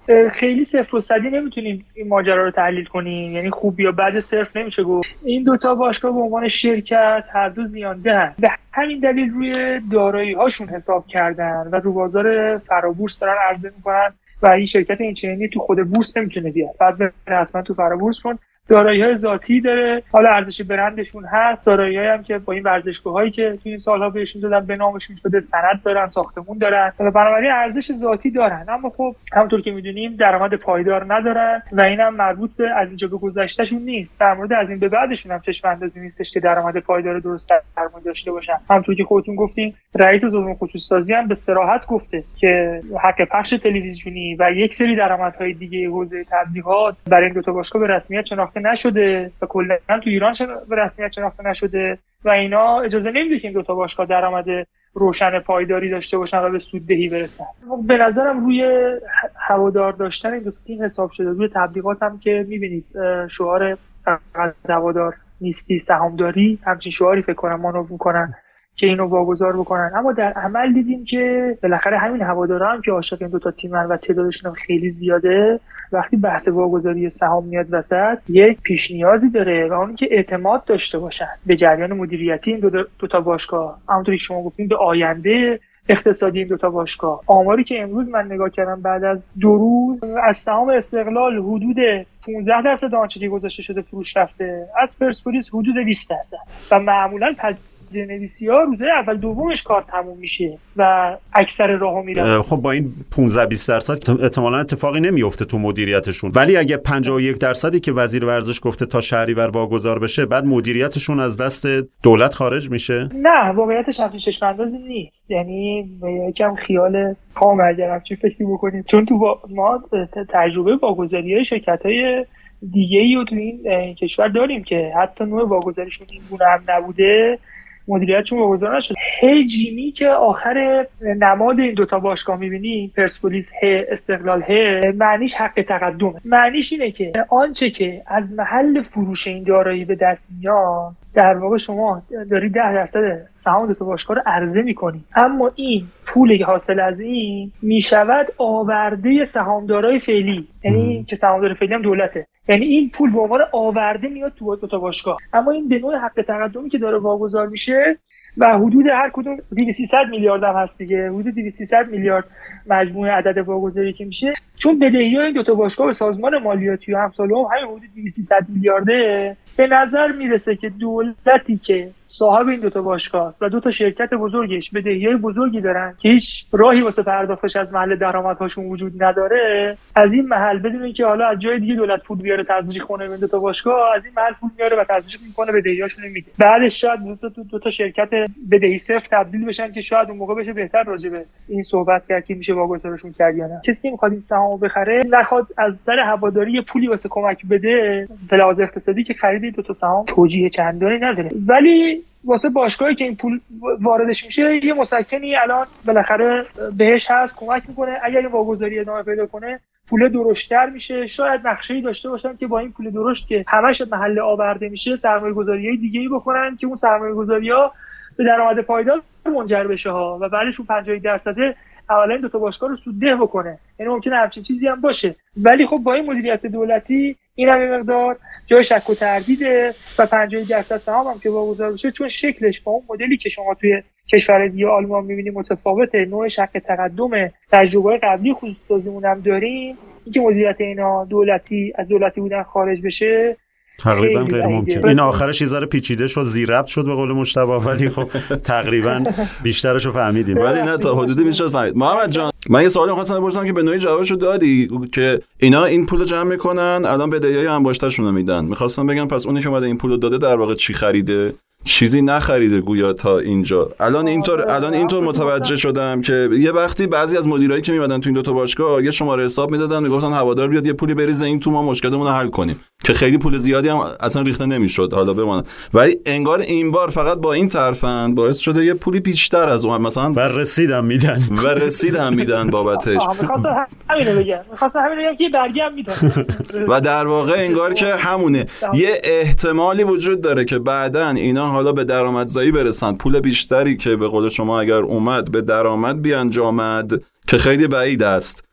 خیلی صفر و صدی نمیتونیم این ماجرا رو تحلیل کنیم، یعنی خوب یا بد صرف نمیشه گفت. این دوتا باشگاه به عنوان شرکت هر دو زیانده، به همین دلیل روی دارایی هاشون حساب کردن و رو بازار فرابورس دارن عرضه میکنن و این شرکت اینچنینی تو خود بورس نمیتونه بیاد، بعد بره حتما تو فرابورس کن. دارایی‌های ذاتی داره، حالا ارزش برندشون هست، دارایی‌هایی هم که با این ورزشگاهایی که تو این سال‌ها بهشون دادن به نامشون شده، سند دارن، ساختمون دارن، بنابراین ارزش ذاتی دارن. اما خب همونطور که می‌دونیم درآمد پایدار ندارن و اینم مربوط به از اینجا به گذشتهشون نیست. در مورد از این به بعدشون هم چشم اندازی نیستش که درآمد پایدار درست درآمد داشته باشن. همونطور که خودتون گفتین رئیس زمین خصوصی‌سازی هم به صراحت گفته که حق پخش تلویزیونی و یک سری درآمدهای دیگه حوزه تبلیغات برای این دو تا باشگاه به رسمیت شناخته نشده و کلا تو ایران به رسمیت شناخته نشده و اینا اجازه نمیده که این دو تا باشگاه درآمد روشن پایداری داشته باشن و به سوددهی برسن. به نظرم روی هوادار داشتن این دو تیم حساب شده. روی تبلیغات هم که میبینید شعار فقط هوادار نیستی سهامداری، همچین شعاری فکر کنم مانور میکنن که اینو واگذار بکنن، اما در عمل دیدیم که بالاخره همین هوادارا هم که عاشق این دو تا تیمن و تعدادشون خیلی زیاده، وقتی بحث واگذاری سهام میاد وسط یک پیش نیازی داره و اون که اعتماد داشته باشن به جریان مدیریتی این دو, دو تا باشگاه. همونطوری که شما گفتین به آینده اقتصادی این دو تا باشگاه. آماری که امروز من نگاه کردم بعد از دو روز از سهام استقلال حدود پانزده درصد آنچه که گذاشته شده فروش رفته، از پرسپولیس حدود بیست درصد و معمولا نویسی‌ها روزه اول دومش کار تموم میشه و اکثر راهو میرن.
خب با این پانزده بیست درصد احتمالاً اتفاقی نمیفته تو مدیریتشون، ولی اگه پنجاه و یک درصدی که وزیر ورزش گفته تا شهریور واگذار بشه بعد مدیریتشون از دست دولت خارج میشه؟
نه، واقعیتش همچین چشم اندازی نیست. یعنی یکم خیال کام اگرم چی فکری بکنیم، چون تو ما تجربه واگذاری‌های شرکت‌های دیگه‌ای رو تو این کشور داریم که حتی نوع واگذاریشون این گونه هم نبوده، مدیریتشون واگذار نشد. ه جیمی که آخر نماد این دوتا باشگاه میبینی، پرسپولیس ه، استقلال ه، معنیش حق تقدمه. معنیش اینه که آنچه که از محل فروش این دارایی به دست میاد در واقع شما داری ده درصد سهام دوتا باشگاه رو عرضه میکنی، اما این پولی حاصل از این میشود آورده سهامدارای فعلی، یعنی که سهامدار فعلی هم دولته، یعنی این پول به عنوان آورده میاد تو دوتا باشگاه. اما این به نوع حق تقدمی که داره واگذار میشه و حدود هر کدوم دویست سیصد میلیارد هم هست دیگه، حدود دویست سیصد میلیارد مجموع عدد واگذاری که میشه، چون بدهی‌های این دو تا باشگاه به سازمان مالیاتی و همسال هم همین حدود دویست سیصد میلیارده، به نظر میرسه که دولتی که صاحب این دو تا باشگاه است و دو تا شرکت بزرگش بدهی‌های بزرگی دارن که هیچ راهی واسه پرداختش از محل درآمدهاشون وجود نداره، از این محل بدون اینکه حالا از جای دیگه دولت پول بیاره تزریق کنه این دو تا باشگاه، از این محل پول میاره و تزریق میکنه بدهیاشون میده. بعدش شاید دو تا دو تا شرکت بدهی صفر تبدیل بشن که شاید اون موقع بشه بهتر راجع به این صحبت کرد که میشه واگذارشون کرد یا نه. کسی که میخواد این سهامو بخره نخواد از سر هواداری پولی واسه کمک بده، به لحاظ اقتصادی که خرید این دو تا سهام توجیه چندانی نداره، ولی واسه باشگاهی که این پول واردش میشه یه مسکنی الان بالاخره بهش هست، کمک میکنه. اگر این واگذاری ادامه پیدا کنه پول درشت‌تر میشه، شاید نقشه‌ای داشته باشن که با این پول درشت که همش محل آورده میشه سرمایه‌گذاری‌های دیگه‌ای بکنن که اون سرمایه‌گذاری‌ها به درآمد پایدار منجر بشه ها و بعدش اون پنجاه درصد اولا این دو تا باشگاه رو سودده بکنه. یعنی ممکنه همچین چیزی هم باشه، ولی خب با این مدیریت دولتی این هم مقدار جای شک و تردیده و پنجاه درصد سهام هم که واگذار بشه، چون شکلش با اون مدلی که شما توی کشور دیگه آلمان می‌بینید متفاوته، نوع شک تقدم تجربه قبلی خصوصیمون هم داریم، اینکه مدیریت اینا دولتی از دولتی بودن خارج بشه
تقریبا غیر ممکن. این آخرش یه ذره پیچیده شد، زیر ربط شد به قول مجتبی، ولی خب تقریبا بیشترش رو فهمیدیم.
ولی نه تا حدودی میشد فهمید. محمد جان من یه سوالی می‌خواستم بپرسم که به نوعی جوابشو دادی که اینا این پولو جمع میکنن الان بدهیای انباشته‌شون رو میدن. می‌خواستم بگم پس اونی که اومده این پولو داده در واقع چی خریده؟ چیزی نخریده گویا تا اینجا. الان اینطور الان اینطور متوجه شدم که یه وقتی بعضی از مدیرایی که میمدن تو این دو تا باشگاه یه شماره حساب میدادن، میگفتن هوادار بیاد یه پولی بریزه این تو ما مشکلمون رو حل کنیم، که خیلی پول زیادی هم اصلا ریخته نمیشد حالا بمونه، ولی انگار این بار فقط با این طرفن باعث شده یه پولی بیشتر از اون مثلا
و رسیدم میدن
و رسیدم میدن بابتش.
می‌خواستم همینو بگم می‌خواستم همینو بگم که برگه هم میدن
و در واقع انگار که همونه. یه احتمالی وجود داره که بعدن اینا حالا به درآمدزایی برسن، پول بیشتری که به قول شما اگر اومد به درآمد بیانجامد که خیلی بعید است،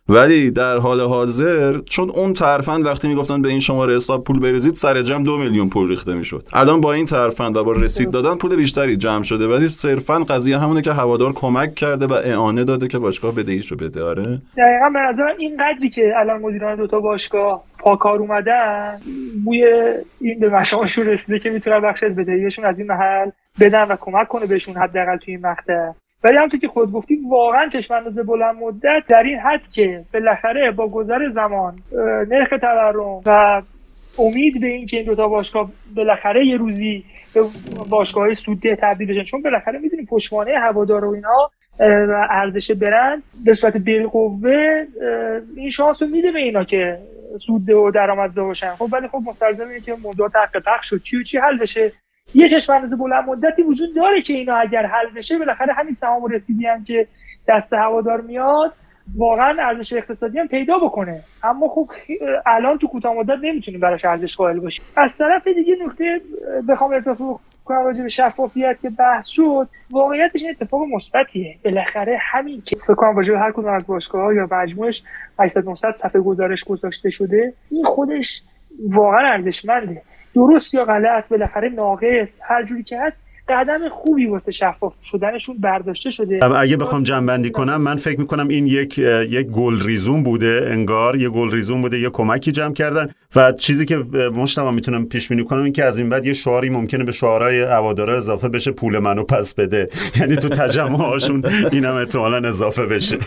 ولی در حال حاضر چون اون ترفند وقتی میگفتن به این شماره حساب پول بریزید سر جمع دو میلیون پول ریخته میشد. الان با این ترفند و با رسید دادن پول بیشتری جمع شده، ولی صرفا قضیه همونه که هوادار کمک کرده و اعانه داده که باشگاه بدهیشو بده. آره
دقیقاً به نظر این قدری که الان مدیران دو تا باشگاه پاکار اومدن بوی این به مشامشون رسیده که میتونن بخش از بدهیشون از این محل بدن و کمک کنه بهشون حداقل توی این مقطع. ولی همونطور که خود گفتی واقعا چشم‌انداز بلند مدت در این حد که بالاخره با گذر زمان نرخ تورم و امید به این که این دو تا باشگاه بالاخره یه روزی به باشگاه‌های سودده تبدیل بشن، چون بالاخره می‌دونیم پشتوانه هوادار و اینا و ارزش برند به صورت بالقوه این شانس رو میده به اینا که سودده و درآمدزا باشن. خب ولی خب مستلزم اینه که موضوع تحقیق پخش شد چی و چی حل بشه. یه چشم‌انداز بلند مدتی وجود داره که اینا اگر حل بشه بالاخره همین سهام و رسیدی هم که دست هوادار میاد واقعا ارزش اقتصادی هم پیدا بکنه. اما خب الان تو کوتاه مدت نمیتونیم براش ارزش قائل باشیم. از طرف دیگه نکته بخوام اضافه کنم راجع به شفافیت که بحث شد، واقعیتش این اتفاق مثبتیه. بالاخره همین که فکر کنم راجع به هر کدوم از باشگاه‌ها یا مجموعش هشتصد نهصد صفحه گزارش گذاشته شده، این خودش واقعا ارزشمنده. درست یا غلط بالاخره ناقص هر جوری که هست قدم خوبی واسه شفاف شدنشون برداشته شده.
اگه بخوام جنبندی کنم من فکر میکنم این یک یک گل ریزون بوده، انگار یک گل ریزون بوده، یک کمکی جمع کردن و چیزی که مشتاق میتونم پیش بینی کنم این که از این بعد یه شعاری ممکنه به شعارهای هوادارا اضافه بشه، پول منو پس بده. یعنی تو تجمعاشون اینم احتمالاً اضافه بشه.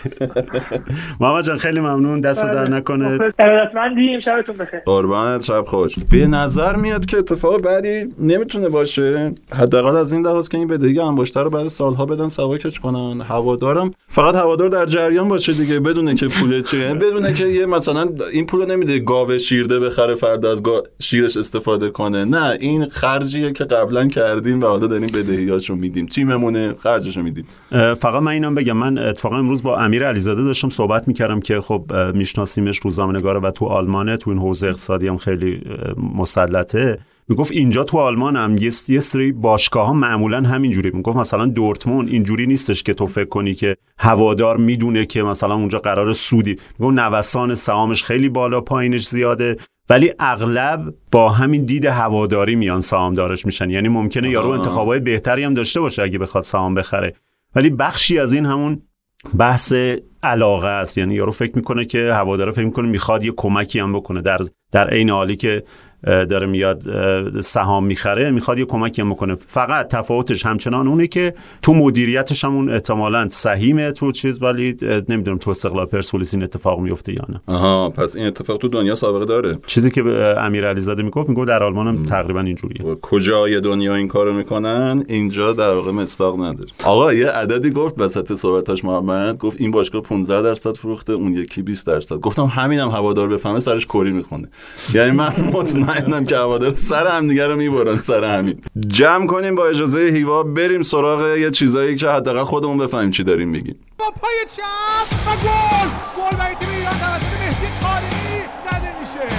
محمد جان خیلی ممنون، دست در نکنه.
ارادتمندی، شبتون بخیر.
قربانت، شب خوش. به نظر میاد که اتفاق بعدی نمیتونه باشه، حداقل از این لحاظ که این بدهی انباشته رو بعد سالها بدن سواکش کنن. هوادارم فقط هوادار در جریان باشه دیگه، بدونه که پول چیه، بدونه که یه مثلا این پولو نمیده گاو شیرده بخره فردا از گا... شیرش استفاده کنه، نه این خرجیه که قبلا کردیم و حالا داریم بدهیاشو میدیم، تیممونه خرجشو میدیم.
فقط من اینم بگم، من اتفاقا امروز با امیر علیزاده داشتم صحبت میکردم که خب میشناسیمش، روزنامه‌نگاره و تو آلمانه، تو این حوزه اقتصادی هم خیلی مسلطه. میگفت اینجا تو آلمان هم یه سری باشگاه ها معمولا همینجوری. میگفت مثلا دورتموند اینجوری نیستش که تو فکر کنی که هوادار میدونه که مثلا اونجا قرار سودی. میگفت نوسان سهامش خیلی بالا پایینش زیاده، ولی اغلب با همین دید هواداری میان سهامدارش میشن. یعنی ممکنه آه. یارو انتخابات بهتری هم داشته باشه اگه بخواد سهام بخره، ولی بخشی از این همون بحث علاقه است. یعنی یارو فکر میکنه که هوادار فکر میکنه میخواد یه کمکی هم بکنه، در در عین حالی که داره میاد سهام میخره میخواد یه کمکی هم بکنه. فقط تفاوتش همچنان اونه که تو مدیریتش همون احتمالاً سهیمه تو چیز، ولی نمیدونم تو استقلال پرسپولیس این اتفاق میفته یا نه.
آها، پس این اتفاق تو دنیا سابقه داره.
چیزی که امیر علیزاده میگفت میگه در آلمان هم تقریبا اینجوریه.
کجای دنیا این کارو میکنن؟ اینجا در واقع مصداق نداره. آقا یه عددی گفت وسط صحبتاش محمد، گفت این باشگاه پانزده درصد فروخته، اون یکی بیست درصد. گفتم همینم هم هوادار بفهمه سرش کری میخونه. یعنی من مطمئنم که هوادار سر هم دیگه رو میبرن سر همین. جمع کنیم با اجازه هیوا بریم سراغ یه چیزایی که حداقل خودمون بفهمیم چی داریم میگیم.
با پای چپ و گل گل برای تیم ایران توسط مهدی طارمی زده میشه.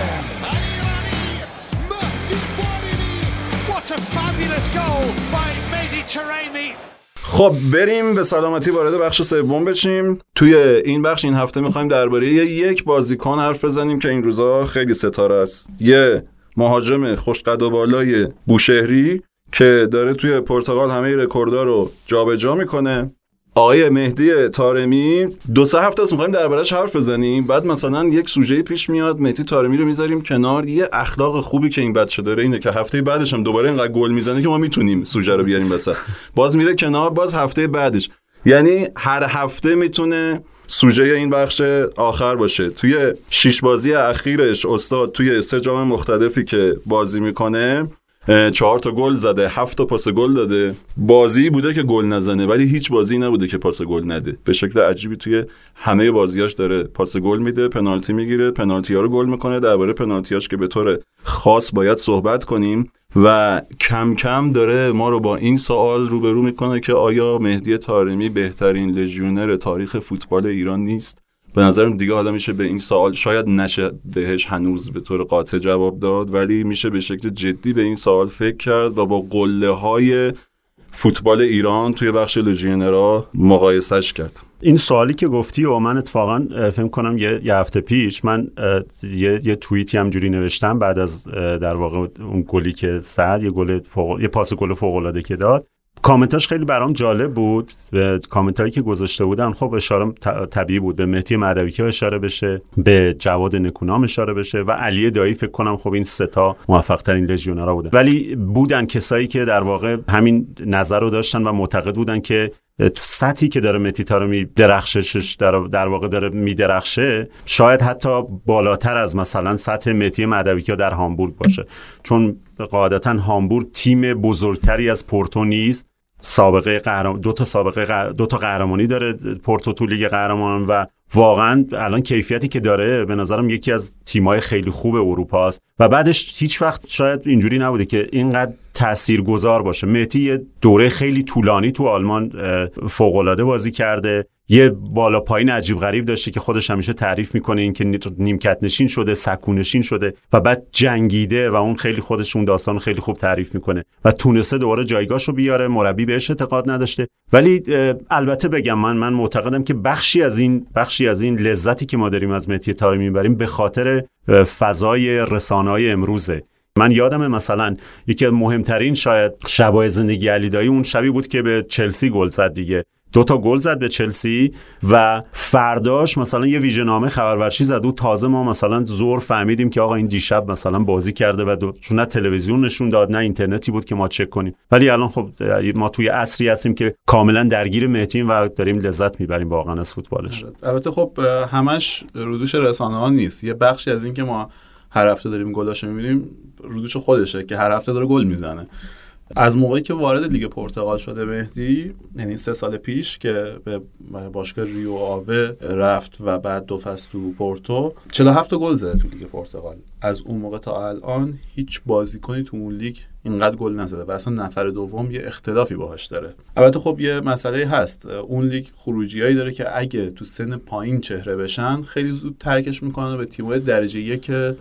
What a fabulous goal by Mehdi Taremi.
خب بریم به سلامتی وارد بخش سوم بشیم. توی این بخش این هفته میخوایم درباره یک بازیکن حرف بزنیم که این روزا خیلی ستاره است. یه مهاجم خوشقد و بالای بوشهری که داره توی پرتغال همه رکوردها رو جابجا میکنه. آقای مهدی طارمی. دو سه هفته است میخوایم درباره‌اش حرف بزنیم، بعد مثلا یک سوژه پیش میاد مهدی طارمی رو میذاریم کنار. یه اخلاق خوبی که این بچه داره اینه که هفته بعدش هم دوباره اینقدر گل میزنه که ما میتونیم سوژه رو بیاریم وسط، باز میره کنار، باز هفته بعدش، یعنی هر هفته میتونه سوژه این بخش آخر باشه. توی شش بازی اخیرش استاد توی سه جام مختلفی که بازی میکنه چهار تا گل زده، هفت تا پاس گل داده. بازی بوده که گل نزنه، ولی هیچ بازی نبوده که پاس گل نده. به شکل عجیبی توی همه بازیاش داره پاس گل میده، پنالتی میگیره، پنالتی‌ها رو گل میکنه. درباره پنالتیاش که به طور خاص باید صحبت کنیم و کم کم داره ما رو با این سوال روبرو میکنه که آیا مهدی طارمی بهترین لژیونر تاریخ فوتبال ایران نیست؟ به نظرم دیگه حالا میشه به این سوال شاید نشه بهش هنوز به طور قاطع جواب داد، ولی میشه به شکل جدی به این سوال فکر کرد و با قله های فوتبال ایران توی بخش لژیونرها مقایسهش کرد.
این سوالی که گفتی و من اتفاقا فهم کنم یه, یه هفته پیش من یه یه توییتی همجوری نوشتم بعد از در واقع اون گلی که سعد یه گل فوق... یه پاس گل فوق العاده که داد، کامنتاش خیلی برام جالب بود. کامنتایی که گذاشته بودن خب اشاره طبیعی بود، به مهدی مهدوی که اشاره بشه، به جواد نکونام اشاره بشه و علی دایی. فکر کنم خب این سه تا موفق ترین لژیونرها بودن، ولی بودن کسایی که در واقع همین نظر رو داشتن و معتقد بودن که تو سطحی که داره مهدی طارمی درخششش در, در واقع داره میدرخشه شاید حتی بالاتر از مثلا سطح مهدی مهدوی که در هامبورگ باشه، چون قاعدتا هامبورگ تیم بزرگتری از پورتو نیست. سابقه قهرمان دو تا سابقه قهر... دو تا قهرمانی داره پورتو تو لیگ قهرمانان و واقعا الان کیفیتی که داره به نظرم یکی از تیم‌های خیلی خوب اروپا است و بعدش هیچ وقت شاید اینجوری نبوده که اینقدر تاثیرگذار باشه. مهدی یه دوره خیلی طولانی تو آلمان فوق‌العاده بازی کرده، یه بالا پایین عجیب غریب داشته که خودش همیشه تعریف میکنه این که نیمکت نشین شده، سکو نشین شده و بعد جنگیده و اون خیلی خودش اون داستان خیلی خوب تعریف میکنه و تونسته دوباره جایگاهشو بیاره. مربی بهش اعتقاد نداشته، ولی البته بگم من من معتقدم که بخشی از این بخشی از این لذتی که ما داریم از مهدی طارمی میبریم به خاطر فضای رسانه‌ای امروزه. من یادمه مثلا یکی از مهمترین شاید شبای زندگی علی دایی اون شبی بود که به چلسی گل زد دیگه، دو تا گل زد به چلسی و فرداش مثلا یه ویژه‌نامه خبرورشی زد و تازه ما مثلا زور فهمیدیم که آقا این دیشب مثلا بازی کرده و دو... چون نه تلویزیون نشون داد نه اینترنتی بود که ما چک کنیم. ولی الان خب ما توی عصری هستیم که کاملا درگیر مهدیم و داریم لذت میبریم واقعا از فوتبالش.
البته خب همش رودوش رسانه‌ها نیست، یه بخشی از این که ما هر هفته داریم گلاشو میبینیم رودوش خودشه که هر هفته داره گل میزنه. از موقعی که وارد لیگ پرتغال شده مهدی، یعنی سه سال پیش که به باشگاه ریو آوه رفت و بعد دو فصل تو پورتو، چهل و هفت گل زده تو لیگ پرتغال. از اون موقع تا الان هیچ بازیکنی تو اون لیگ اینقدر گل نزده و اصلا نفر دوم یه اختلافی باهاش داره. البته خب یه مسئله هست، اون لیگ خروجیایی داره که اگه تو سن پایین چهره بشن خیلی زود ترکش میکنن و به تیم‌های درجه یک که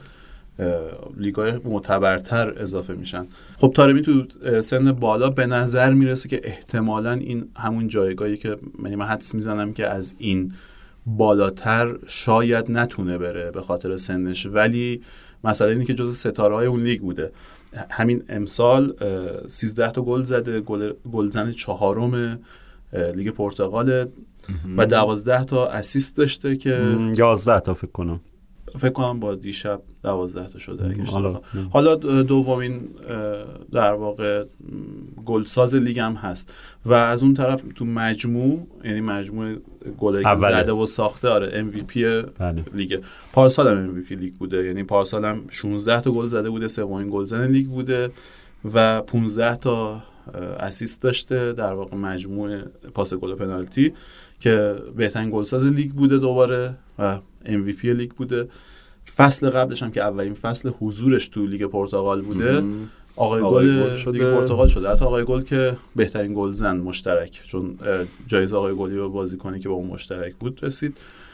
لیگای معتبرتر اضافه میشن. خب طارمی تو سن بالا به نظر میرسه که احتمالاً این همون جایگاهی که من من حدس میزنم که از این بالاتر شاید نتونه بره به خاطر سنش، ولی مسئله اینه که جز ستاره‌های اون لیگ بوده. همین امسال سیزده تا گل زده، گل گلزن چهارم لیگ پرتغال و دوازده تا اسیست داشته که
یازده تا فکر کنم
فکر کنم با دیشب دوازده تا شده اگه اشتباه. حالا دومین در واقع گلساز لیگ هم هست و از اون طرف تو مجموع، یعنی مجموع گلایی که زده و ساخته، آره ام وی پی لیگ. پارسال هم ام وی پی لیگ بوده، یعنی پارسال هم شانزده تا گل زده بوده، سومین گلزن لیگ بوده و پانزده تا اسیست داشته، در واقع مجموع پاس گل و پنالتی که بهترین گلساز لیگ بوده دوباره و ام وی پی لیگ بوده. فصل قبلش هم که اولین فصل حضورش تو لیگ پرتغال بوده آقای گل لیگ پرتغال شده، حتی آقای گل که بهترین گلزن مشترک، چون جایزه آقای گلی و بازیکنی که با اون مشترک بود رسید.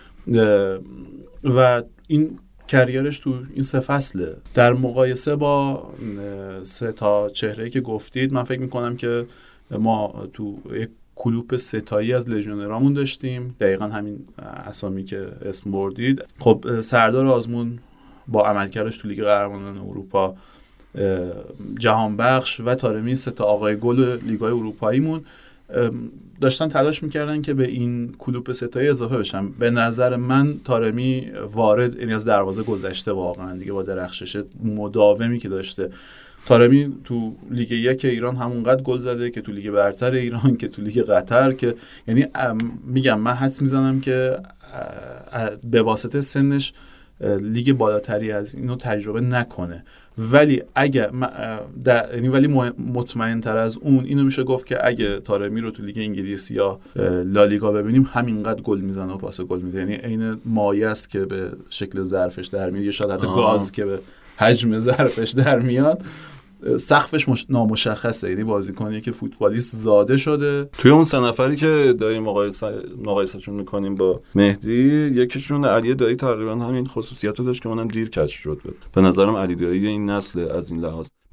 و این کریرش تو این سه فصله در مقایسه با سه تا چهره‌ای که گفتید، من فکر میکنم که ما تو یک کلوپ ستایی از لژیونرامون داشتیم، دقیقاً همین اسامی که اسم بردید. خب سردار آزمون با عملکردش تو لیگ قهرمانان اروپا، جهان بخش و طارمی، سه تا آقای گل لیگ‌های اروپاییمون داشتن تلاش میکردن که به این کلوپ ستایی اضافه بشن. به نظر من طارمی وارد، یعنی از دروازه گذشته واقعا دیگه با درخشش مداومی که داشته. طارمی تو لیگ یک ایران همونقدر گل زده که تو لیگ برتر ایران، که تو لیگ قطر، که یعنی میگم من حدس میزنم که به واسطه سنش لیگ بالاتری از اینو تجربه نکنه، ولی اگه یعنی ولی مطمئن تر از اون اینو میشه گفت که اگه طارمی رو تو لیگ انگلیس یا لالیگا ببینیم همینقدر گل میزنه و پاس گل میده، یعنی عین مایه است که به شکل ظرفش در میاد، یا شاید حتی گاز که به حجم ظرفش در میاد. سقفش مش... نامشخصه، یعنی بازیکنی که فوتبالیست زاده شده.
توی اون سه نفری که داریم مقایسه مقایسهشون میکنیم با مهدی، یکیشون علی دایی تقریبا همین خصوصیت رو داشت که منم دیر کشف شد بود. به نظرم علی دایی این نسل از این لحاظ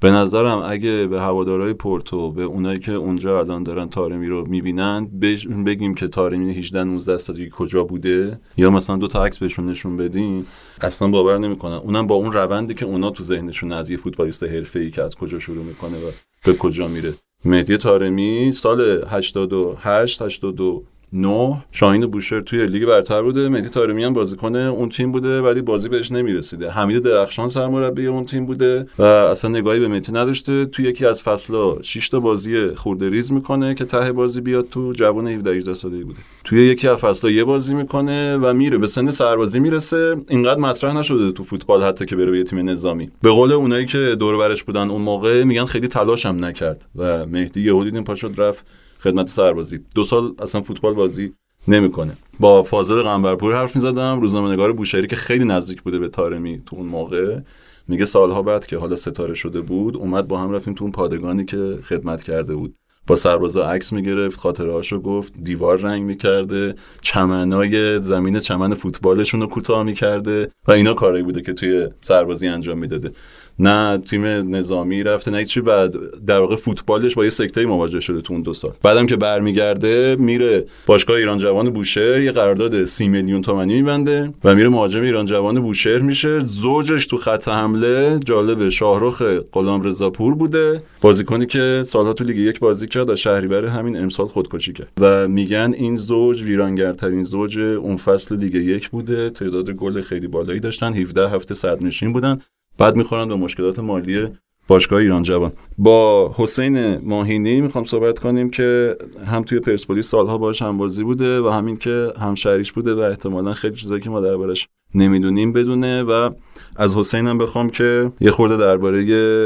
به نظرم اگه به هوادارهای پورتو، به اونایی که اونجا الان دارن تارمی رو میبینن بگیم که تارمی هجده نوزده سالگی کجا بوده یا مثلا دو تا عکس بهشون نشون بدیم، اصلا باور نمیکنن. اونم با اون روندی که اونا تو ذهنشون از یه فوتبالیست حرفه‌ای که از کجا شروع میکنه و به کجا میره. مهدی طارمی سال هشتاد و هشت هشتاد و نه شاهین بوشهر توی لیگ برتر بوده، مهدی طارمی هم بازیکن اون تیم بوده ولی بازی بهش نمیرسیده. حمید درخشان سرمربی اون تیم بوده و اصلا نگاهی به مهدی نداشته. توی یکی از فصل‌ها شش تا بازی خورده ریز میکنه که ته بازی بیاد تو، جوان هفده هجده ساله‌ای بوده. توی یکی از فصل‌ها یه بازی میکنه و میره به سن سربازی میرسه. اینقدر مطرح نشده تو فوتبال حتی که بره به تیم نظامی. به قول اونایی که دور و برش بودن اون موقع میگن خیلی تلاش هم نکرد و مهدی یهو دیدیم پا شد رفت خدمت سربازی. دو سال اصلا فوتبال بازی نمیکنه. با فاضل قنبرپور حرف میزدم، روزنامه‌نگار بوشهری که خیلی نزدیک بوده به طارمی تو اون موقع، میگه سالها بعد که حالا ستاره شده بود اومد با هم رفتیم تو اون پادگانی که خدمت کرده بود، با سربازا عکس میگرفت، خاطره‌هاشو گفت، دیوار رنگ میکرده، چمنای زمین چمن فوتبالشون رو کوتاه میکرده و اینا کاری بوده که توی سربازی انجام میداده. نه تیم نظامی رفته نه چی. بعد در واقع فوتبالش با یه سکته مواجه شده تو اون دو سال. بعدم که برمیگرده میره باشگاه ایران جوان بوشهر، یه قرارداد سی میلیون تومانی میبنده و میره مهاجم ایران جوان بوشهر میشه. زوجش تو خط حمله جالب شاهرخ غلامرضاپور بوده، بازیکنی که سالها تو لیگ یک بازی کرد و شهریور همین امسال خودکشی کرد و میگن این زوج ویرانگرترین زوج اون فصل لیگ یک بوده. تعداد گل خیلی بالایی داشتن، هفده هفته صدرنشین بودن. بعد میخورن به مشکلات مالی باشگاه ایران جوان. با حسین ماهینی میخوام صحبت کنیم که هم توی پرسپولیس سالها باهاش همبازی بوده و همین که همشهریش بوده و احتمالاً خیلی چیزایی که ما دربارش نمیدونیم بدونه. و از حسین هم بخوام که یه خورده درباره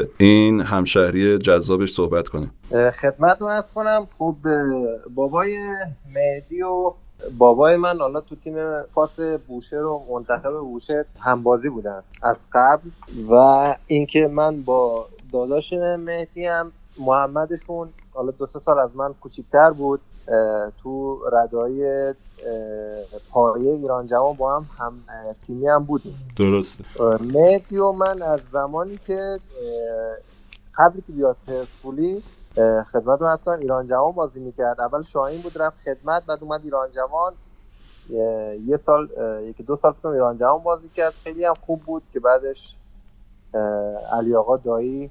این همشهری جذابش صحبت کنه.
خدمتتون عرض کنم. خب بابای مهدی و بابای من حالا تو تیم پاس بوشهر و منتخب بوشهر همبازی بودن از قبل و اینکه من با داداش مهدی هم محمدشون حالا دو سه سال از من کوچیک‌تر بود، تو ردای پایه ایران جوان با هم هم تیمی هم بودیم.
درسته.
مهدی و من از زمانی که قبلی که بیاد پرسپولیس خدمت رو هستن ایران جوان بازی میکرد. اول شاهین بود رفت خدمت، بعد اومد ایران جوان یه سال یکی دو سال فکر ایران جوان بازی کرد، خیلی هم خوب بود که بعدش علی آقا دایی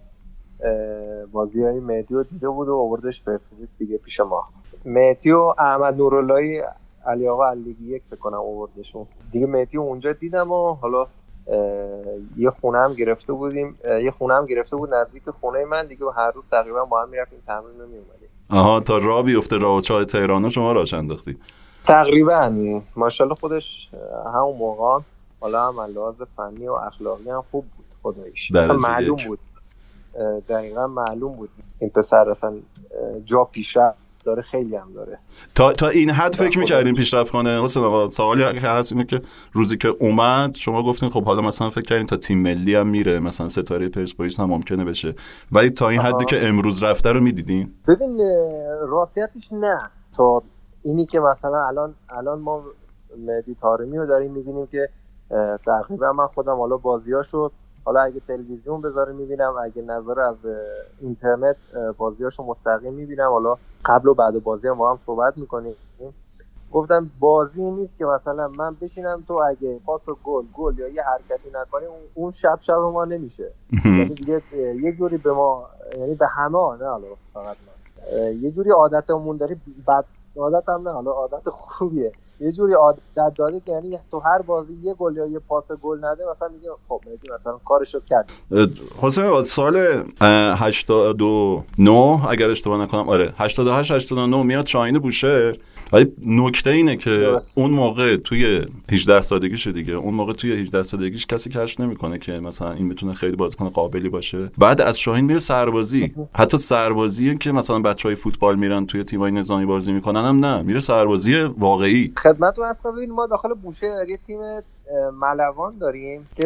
بازیای مهدی رو دیده بود و آوردش پرسپولیس دیگه پیش ما. مهدی و احمد نوراللهی علی آقا لیگ یک فکر کنم آوردشون دیگه. مهدی اونجا دیدم و حالا یه خونه هم گرفته بودیم، یه خونه هم گرفته بود نزدیک خونه من دیگه و هر روز تقریبا با هم میرفتیم تمرین می‌اومدیم.
آها تا راه بیفته راه چای تهران شما راهش انداختی
تقریبا. ماشاءالله خودش همون موقع حالا هم لحاظ فنی و اخلاقی هم خوب بود خداییش. معلوم بود دقیقاً معلوم بود این پسر اصلا جا پیشرفت داره، خیلی هم داره.
تا تا این حد فکر می‌کردین پیشرفت کنه؟ حسین آقا سوالی که هست اینه که روزی که اومد شما گفتین خب حالا مثلا فکر کردین تا تیم ملی هم میره، مثلا ستاره پرسپولیس هم ممکنه بشه، ولی تا این حدی که امروز رفته رو میدیدین؟
ببین راستیتش نه. تا اینی که مثلا الان الان ما مهدی طارمی رو داریم می‌بینیم که تقریبا من خودم حالا بازیاشو حالا اگه تلویزیون بذاره میبینم، اگه نظر از اینترنت بازیاشو مستقیم میبینم، حالا قبل و بعد بازی هم با هم صحبت میکنیم. گفتم بازی نیست که مثلا من بشینم تو اگه پاس و گل گل یا یه حرکتی نکنی اون شب شب ما نمیشه. یعنی دیگه یه جوری به ما، یعنی به همه، نه حالا فقط من، یه جوری عادتمون داری، بد عادت هم نه، حالا عادت خوبیه، یه جوری عادت داده که یعنی تو هر بازی یه گل یا یه پاس گل نده مثلا میگه خب مهدی مثلا کارشو کرد.
حسین سال هشتاد و نه اگر اشتباه نکنم، آره هشتاد و هشت هشتاد و نه میاد شاهین بوشهر. ولی نکته اینه که درست. اون موقع توی هجده سالگیش دیگه، اون موقع توی هجده سالگیش کسی کشف نمیکنه که مثلا این بتونه خیلی بازیکن قابلی باشه. بعد از شاهین میره سربازی، حتی سربازی که مثلا بچهای فوتبال میرن توی تیمای نظامی بازی میکنن هم نه، میره سربازی واقعی.
خدمتتون عرض کنم ما داخل بوشهر یه تیم ملوان داریم که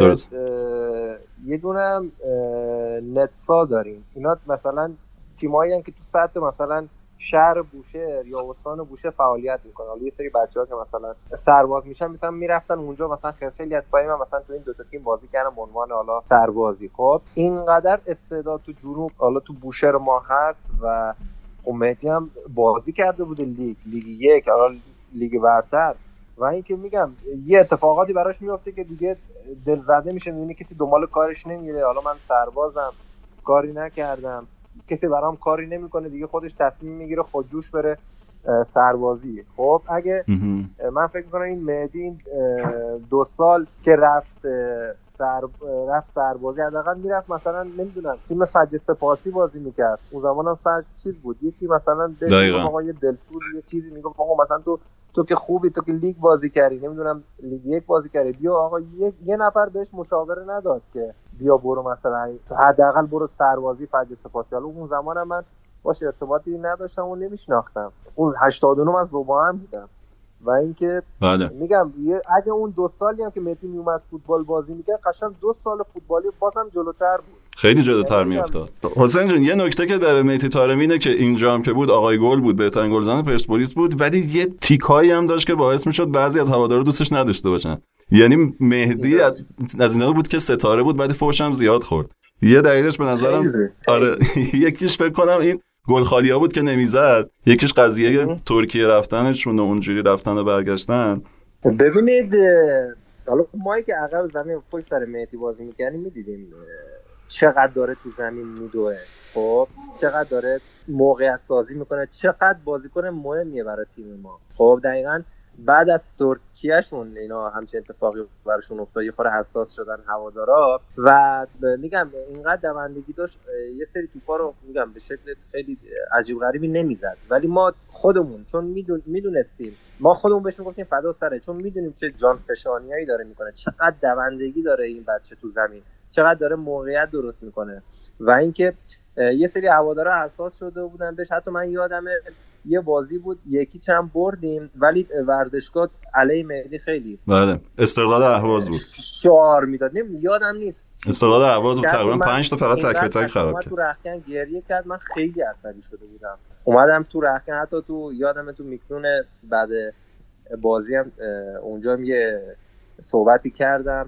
یه دونه نتسا داریم. اینا مثلا تیمایی ان که تو سطح مثلا شهر بوشهر یا استان بوشهر فعالیت میکنه. حالا یه سری بچه‌ها که مثلا سرباز میشن مثلا میرفتن اونجا، مثلا خیلی از پای من مثلا تو این دو تا تیم بازی کردم به عنوان حالا سربازی. خب اینقدر استعداد تو جنوب حالا تو بوشهر ما هست و مهدی هم بازی کرده بوده لیگ لیگ یک، حالا لیگ برتر، و اینکه میگم یه اتفاقاتی براش میفته که دیگه دلزده میشه، میبینی کسی دنبال کارش نمیره. حالا من سربازم، کاری نکردم، کسی برام کاری نمیکنه، دیگه خودش تصمیم میگیره خودجوش بره سربازی. خب اگه من فکر میکنم این مهدی این دو سال که رفت سر رفت سربازی، حداقل میرفت مثلا نمیدونم تیم فجر سپاسی بازی میکرد. اون زمانم فجر چیز بود، یکی مثلا دقیقاً آقا یه دلسوز یه چیزی میگفت آقا مثلا تو تو که خوبی، تو که لیگ بازی کردی، نمیدونم لیگ یک بازی کردی، بیا آقا یک یه نفر بهش مشاوره نداد که بیا برو مثلا حداقل برو سربازی فجر سپاسی. حالا اون زمانم من باشه ارتباطی نداشتم و نمیشناختم، اون هشتاد و نه از زبان بودم. و اینکه میگم اگه اون دو سالی هم که مهدی میومد فوتبال بازی میکرد، قشنگ دو سال فوتبالی بازم جلوتر بود،
خیلی جلوتر میافتاد. حسین جون یه نکته که در مهدی طارمی اینه که اینجا هم که بود آقای گل بود، بهترین گلزن پرسپولیس بود، ولی یه تیکایی هم داشت که باعث میشد بعضی از هوادارا دوستش نداشته باشن. یعنی مهدی از, از اینا بود که ستاره بود ولی فوش هم زیاد خورد. یه دلیلش به نظرم آره یکیش فکر کنم این گل خالیا بود که نمیزد، یکیش قضیه ترکیه رفتنشون و اونجوری رفتن و برگشتن.
ببینید حالا ما که عقب زمین پشت سر مهدی بازی می‌کردیم می‌دیدیم چقدر داره تو زمین میدوه، خب چقدر داره موقعیت سازی میکنه، چقدر بازیکن مهمیه برای تیم ما. خب دقیقاً بعد از ترکیهشون اینا همچین اتفاقی براشون افتاد، یه خورده حساس شدن هوادارا و میگم اینقدر دوندگی داشت، یه سری توپا رو میگم به شکل خیلی عجیب غریبی نمیزد، ولی ما خودمون چون میدون میدونستیم، ما خودمون بهش میگفتیم فدا سره، چون میدونیم چه جان فشانیایی داره میکنه، چقدر دوندگی داره این بچه تو زمین، چقدر داره موقعیت درست میکنه. و اینکه یه سری هوادارا حساس شده بودن بهش. حتی من یادمه یه بازی بود یکی چند بردیم ولی ورزشگاه علی مهدی خیلی
بله استقلال اهواز بود
شعار میداد، نمی یادم نیست
استقلال اهواز بود، تقریبا پنج تا فقط تک به تک خراب کرد.
تو رختکن گریه کرد، من خیلی عصبی شده بودم، اومدم تو رختکن، حتی تو یادمه تو میکرون بعد بازی هم اونجا هم یه صحبتی کردم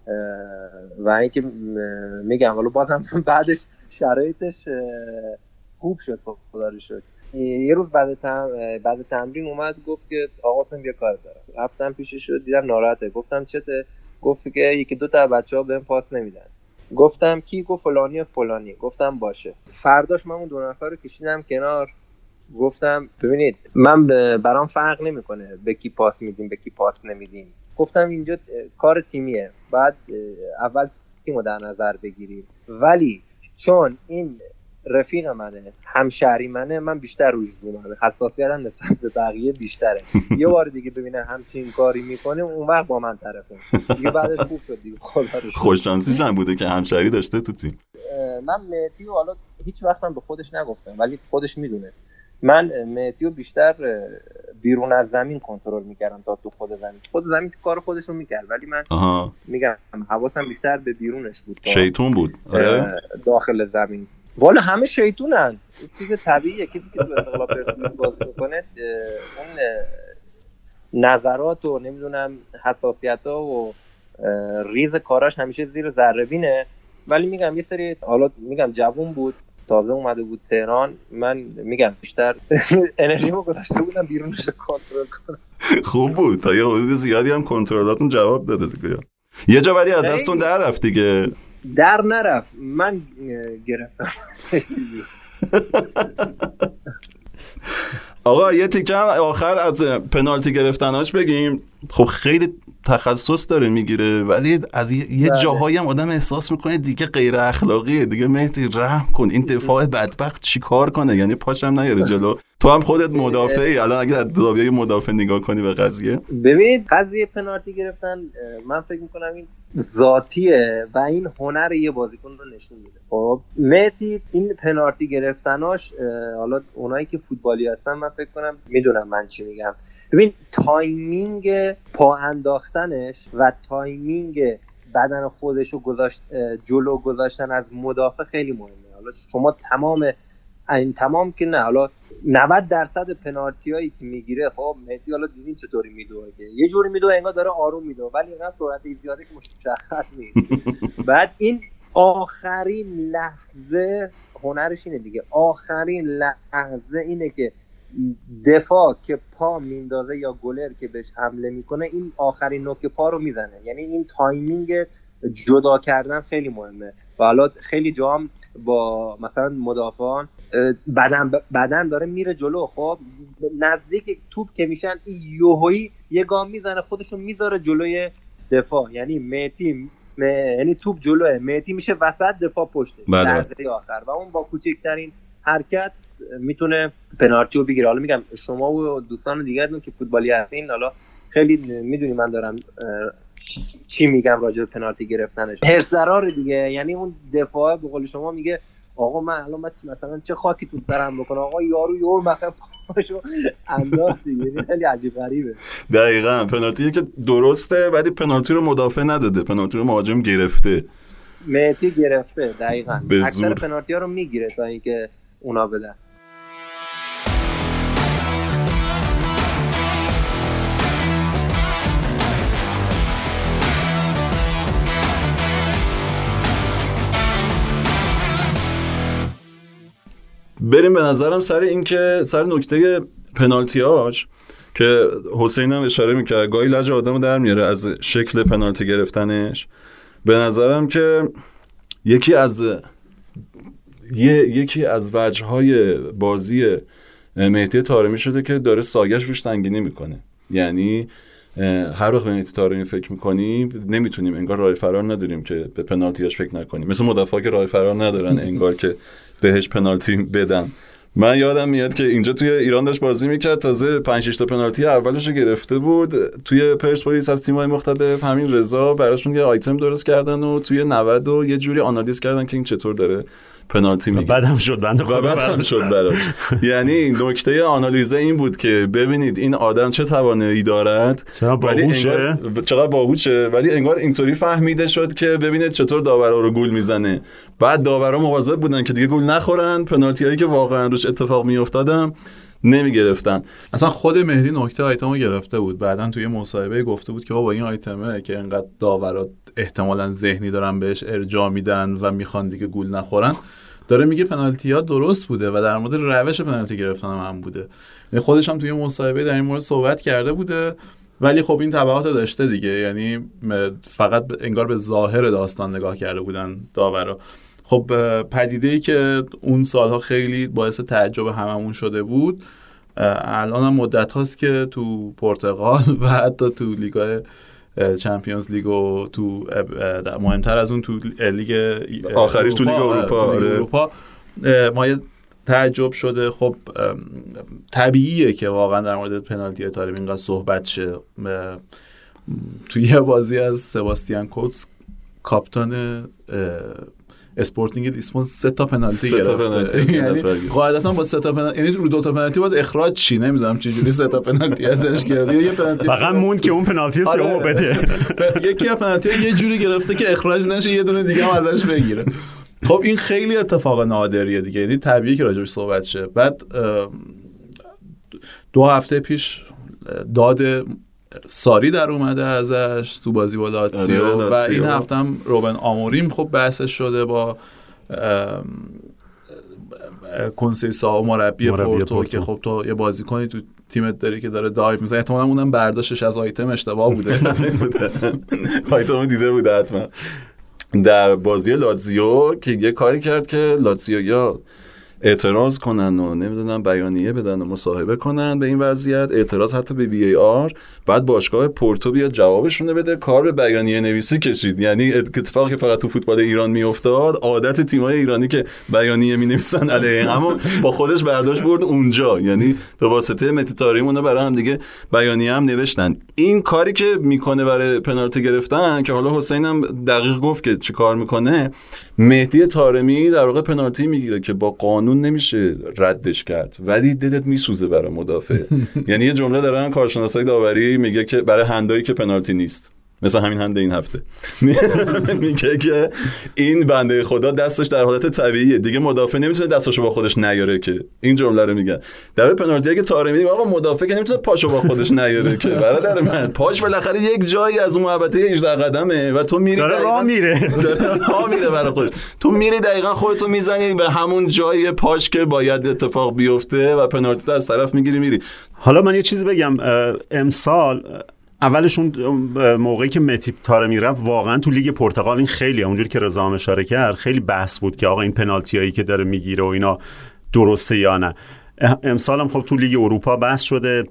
و اینکه میگم حالا بازم بعدش شرایطش خوب شد، خدا رو شکر. یه روز بعد تم... بعد تمرین اومد گفت که آقا حسین بیا کار دارم. رفتم پیشش شد، دیدم ناراحته، گفتم چته؟ گفت که یکی دو تا بچه‌ها بهم پاس نمیدن. گفتم کی؟ گفت فلانی فلانی. گفتم باشه. فرداش من اون دو نفر رو کشیدم کنار، گفتم ببینید من برام فرق نمیکنه به کی پاس میدیم به کی پاس نمیدیم، گفتم اینجا کار تیمیه، بعد اول تیمو در نظر بگیریم، ولی چون این رفیق منه، همشهری منه، من بیشتر روش بودم، حساسیتم نسبت به بقیه بیشتره. یه بار دیگه ببینه همچین کاری میکنه اون وقت با من طرفه دیگه. بعدش خوب شد دیگه، خدا رو
خوش شانسیش هم بوده که همشهری داشته تو تیم.
من مهدیو حالا هیچ وقتم به خودش نگفتم ولی خودش میدونه من مهدیو بیشتر بیرون از زمین کنترل میکردم تا تو خود زمین. خود زمین کار خودش رو میکرد ولی من آها. میگم حواسم بیشتر به بیرونش بود.
شیطون بود آره
داخل زمین. والا همه شیطونن، چیز طبیعیه. کسی که تو استقلال پرسپولیس بازی میکنه اون نظرات و نمیدونم حساسیت‌ها و ریز کاراش همیشه زیر ذره بینه. ولی میگم یه سری حالا میگم جوون بود، تازه اومده بود تهران، من میگم بیشتر انرژیمو گذاشته بودم بیرونش رو کنترل کنم.
خوب بود، تا یه حدود زیادی هم کنترلاتون جواب داده دیگه. یه جا ولی از دستون در رفت دیگه.
در نرفت، من گرفتم.
آقا یه تیکه هم آخر از پنالتی گرفتناش بگیم. خب خیلی تخصص داره میگیره ولی از یه جاهایی هم آدم احساس میکنه دیگه غیر اخلاقیه دیگه. مهدی رحم کن، این دفاع بدبخت چی کار کنه؟ یعنی پاشم نیاره جلو. تو هم خودت مدافعی، الان اگه از زاویه مدافع نگاه کنی به قضیه،
ببینید قضیه پنالتی گرفتن من فکر میکنم این ذاتیه و این هنر یه بازیکن رو نشون میده. خب مهدی این پنالتی گرفتناش، حالا اونایی که فوتبالی هستن من فکر کنم میدونم من چی میگم. ببین تایمینگ پا انداختنش و تایمینگ بدن خودش رو گذاشت جلو گذاشتن از مدافع خیلی مهمه. حالا شما تمام این تمام که نه، حالا نود درصد پنالتیایی که میگیره خب مهدی حالا دیدین چطوری میدوه که یه جوری میدوه انگار داره آروم میدوه ولی اینقدر سرعت زیاده که مشخص نیست. بعد این آخرین لحظه هنرش اینه دیگه، آخرین لحظه اینه که دفاع که پا میندازه یا گلر که بهش حمله میکنه این آخرین نوک پا رو میزنه. یعنی این تایمینگ جدا کردن خیلی مهمه و حالا خیلی جا هم با مثلا مدافعان بدن بدن داره میره جلو، خب نزدیک توپ که میشن این یوهویی یه گام میزنه خودشو میذاره جلوی دفاع. یعنی مهدی م... یعنی توپ جلوه، مهدی میشه وسط، دفاع پشته لحظه آخر و اون با کوچکترین حرکت میتونه پنالتی رو بگیره. حالا میگم شما و دوستان دیگرتون که فوتبالی هستین حالا خیلی میدونی من دارم چی میگم راجع به پنالتی گرفتنش، هرس دراره دیگه. یعنی اون دفاع به قول شما میگه آقا من الان مثلا چه خاکی تو سرم بکنه، آقا یارو یارو مثلا پاشو انداخت دیگه. خیلی عجیب غریبه.
دقیقاً پنالتی که درسته ولی پنالتی رو مدافع نداده، پنالتی رو مهاجم گرفته،
مهدی گرفته. دقیقاً اکثر پنالتی ها رو میگیره تا اینکه اونا بدن.
بریم به نظرم سر این که سر نکته پنالتیاش که حسین هم اشاره میکرد گاهی لج آدمو در میاره از شکل پنالتی گرفتنش. به نظرم که یکی از یه، یکی از وجه‌های بازی مهدی طارمی شده که داره سایه‌اش روش سنگینی میکنه. یعنی هر وقت به مهدی طارمی فکر میکنیم نمیتونیم، انگار راه فرار نداریم که به پنالتیاش فکر نکنیم، مثل مدافعا که راه فرار ندارن انگار که بهش پنالتی بدن. من یادم میاد که اینجا توی ایران داشت بازی میکرد، تازه پنج شش تا پنالتی اولش رو گرفته بود توی پرسپولیس از تیم‌های مختلف. همین رضا براشون یه آیتم درست کردن و توی نود و یه جوری آنالیز کردن که این چطور داره پنالتی میگیره.
بعدم شد بنده خدا
بعدم شد براش. یعنی نکته آنالیز این بود که ببینید این آدم چه توانایی دارد،
چقدر باهوشه،
چقدر باهوشه، ولی انگار اینطوری فهمیده شد که ببینید چطور داورا رو گول میزنه. بعد داورا مواظب بودن که دیگه گول نخورن، پنالتیایی که واقعا روش اتفاق میافتادم نمیگرفتن.
اصلا خود مهدی نکته آیتمو گرفته بود، بعدن توی مصاحبه گفته بود که بابا این آیتمه که انقدر داورا احتمالاً ذهنی دارن بهش ارجاع میدن و میخوان دیگه گول نخورن، داره میگه پنالتی ها درست بوده و در مورد روش پنالتی گرفتن هم, هم بوده. یعنی خودش هم توی مصاحبه در این مورد صحبت کرده بوده، ولی خب این تبعات داشته دیگه. یعنی فقط انگار به ظاهر داستان نگاه کرده بودن داورا. خب پدیده‌ای که اون سالها خیلی باعث تعجب هممون شده بود، الان هم مدت هاست که تو پرتغال و حتی تو لیگ‌های چمپیونز لیگ و تو مهمتر از اون تو لیگ
آخریش تو لیگ اروپا,
اروپا ما یه تعجب شده. خب طبیعیه که واقعا در مورد پنالتی طارمی اینقدر صحبت شه. توی یه بازی از سباستیان کوتس کاپیتان اسپورتینگ لیسبون سه تا پنالتی گرفته. یعنی قاعدتا با سه تا پنالتی، یعنی رو دو تا پنالتی باید اخراج چی، نمیدونم چه جوری سه تا پنالتی ازش گرفت. یه پنالتی
فقط موند که اون پنالتی سومو بده.
یکی از پنالتی یه جوری گرفته که اخراج نشه، یه دونه دیگه هم ازش بگیره. خب این خیلی اتفاق نادریه دیگه، یعنی طبیعیه که راجعش صحبت شه. بعد دو هفته پیش داد ساری در اومده ازش تو بازی با لاتزیو و این هفته هم روبن آموریم خب بحثش شده با کنسیسا و مربی پورتو که خب تو یه بازیکنی تو تیمت داری که داره دایو میزنه، احتمالاً اونم برداشتش از آیتم اشتباه بوده.
آیتم دیده بوده حتما. در بازی لاتزیو که یه کاری کرد که لاتزیو یا اعتراض کنن و نمیدونم بیانیه بدن و مصاحبه کنن به این وضعیت، اعتراض حتی به وی ای آر، بعد باشگاه پورتو بیاد جوابشون بده، کار به بیانیه نویسی کشید. یعنی اتفاقی که فقط تو فوتبال ایران میافتاد، عادت تیم‌های ایرانی که بیانیه می‌نویسن علیه اما با خودش برداشت برد اونجا، یعنی به واسطه مهدی طارمی اونا برای هم دیگه بیانیه هم نوشتن. این کاری که میکنه برای پنالتی گرفتن که حالا حسین هم دقیق گفت که چی کار میکنه، مهدی طارمی در واقع پنالتی میگیره که با قانون نمیشه ردش کرد، ولی دلت میسوزه برای مدافع. یعنی یه جمله دارن کارشناسای داوری میگه که برای هندایی که پنالتی نیست، مثلا همین هنده این هفته میگه که این بنده خدا دستش در حالت طبیعیه دیگه، مدافع نمیتونه دستاشو با خودش نیاره که. این جمله رو میگن در پنالتی که طارمی میگه آقا مدافع که نمیتونه پاشو با خودش نیاره که برادر من، پاش بالاخره یک جایی از اون محوطه هجده قدمه و تو میری
داره راه میره
داره راه میره برای خودش، تو میری دقیقاً خودتو میزنی به همون جای پاش که باید اتفاق بیفته و پنالتی از طرف میگیری میری.
حالا من یه چیزی بگم، امسال اولشون موقعی که مهدی طارمی رفت واقعا تو لیگ پرتغال این خیلی اونجوری که رضا هم اشاره کرد خیلی بحث بود که آقا این پنالتیایی که داره میگیره و اینا درسته یا نه. امسال هم خب تو لیگ اروپا بحث شده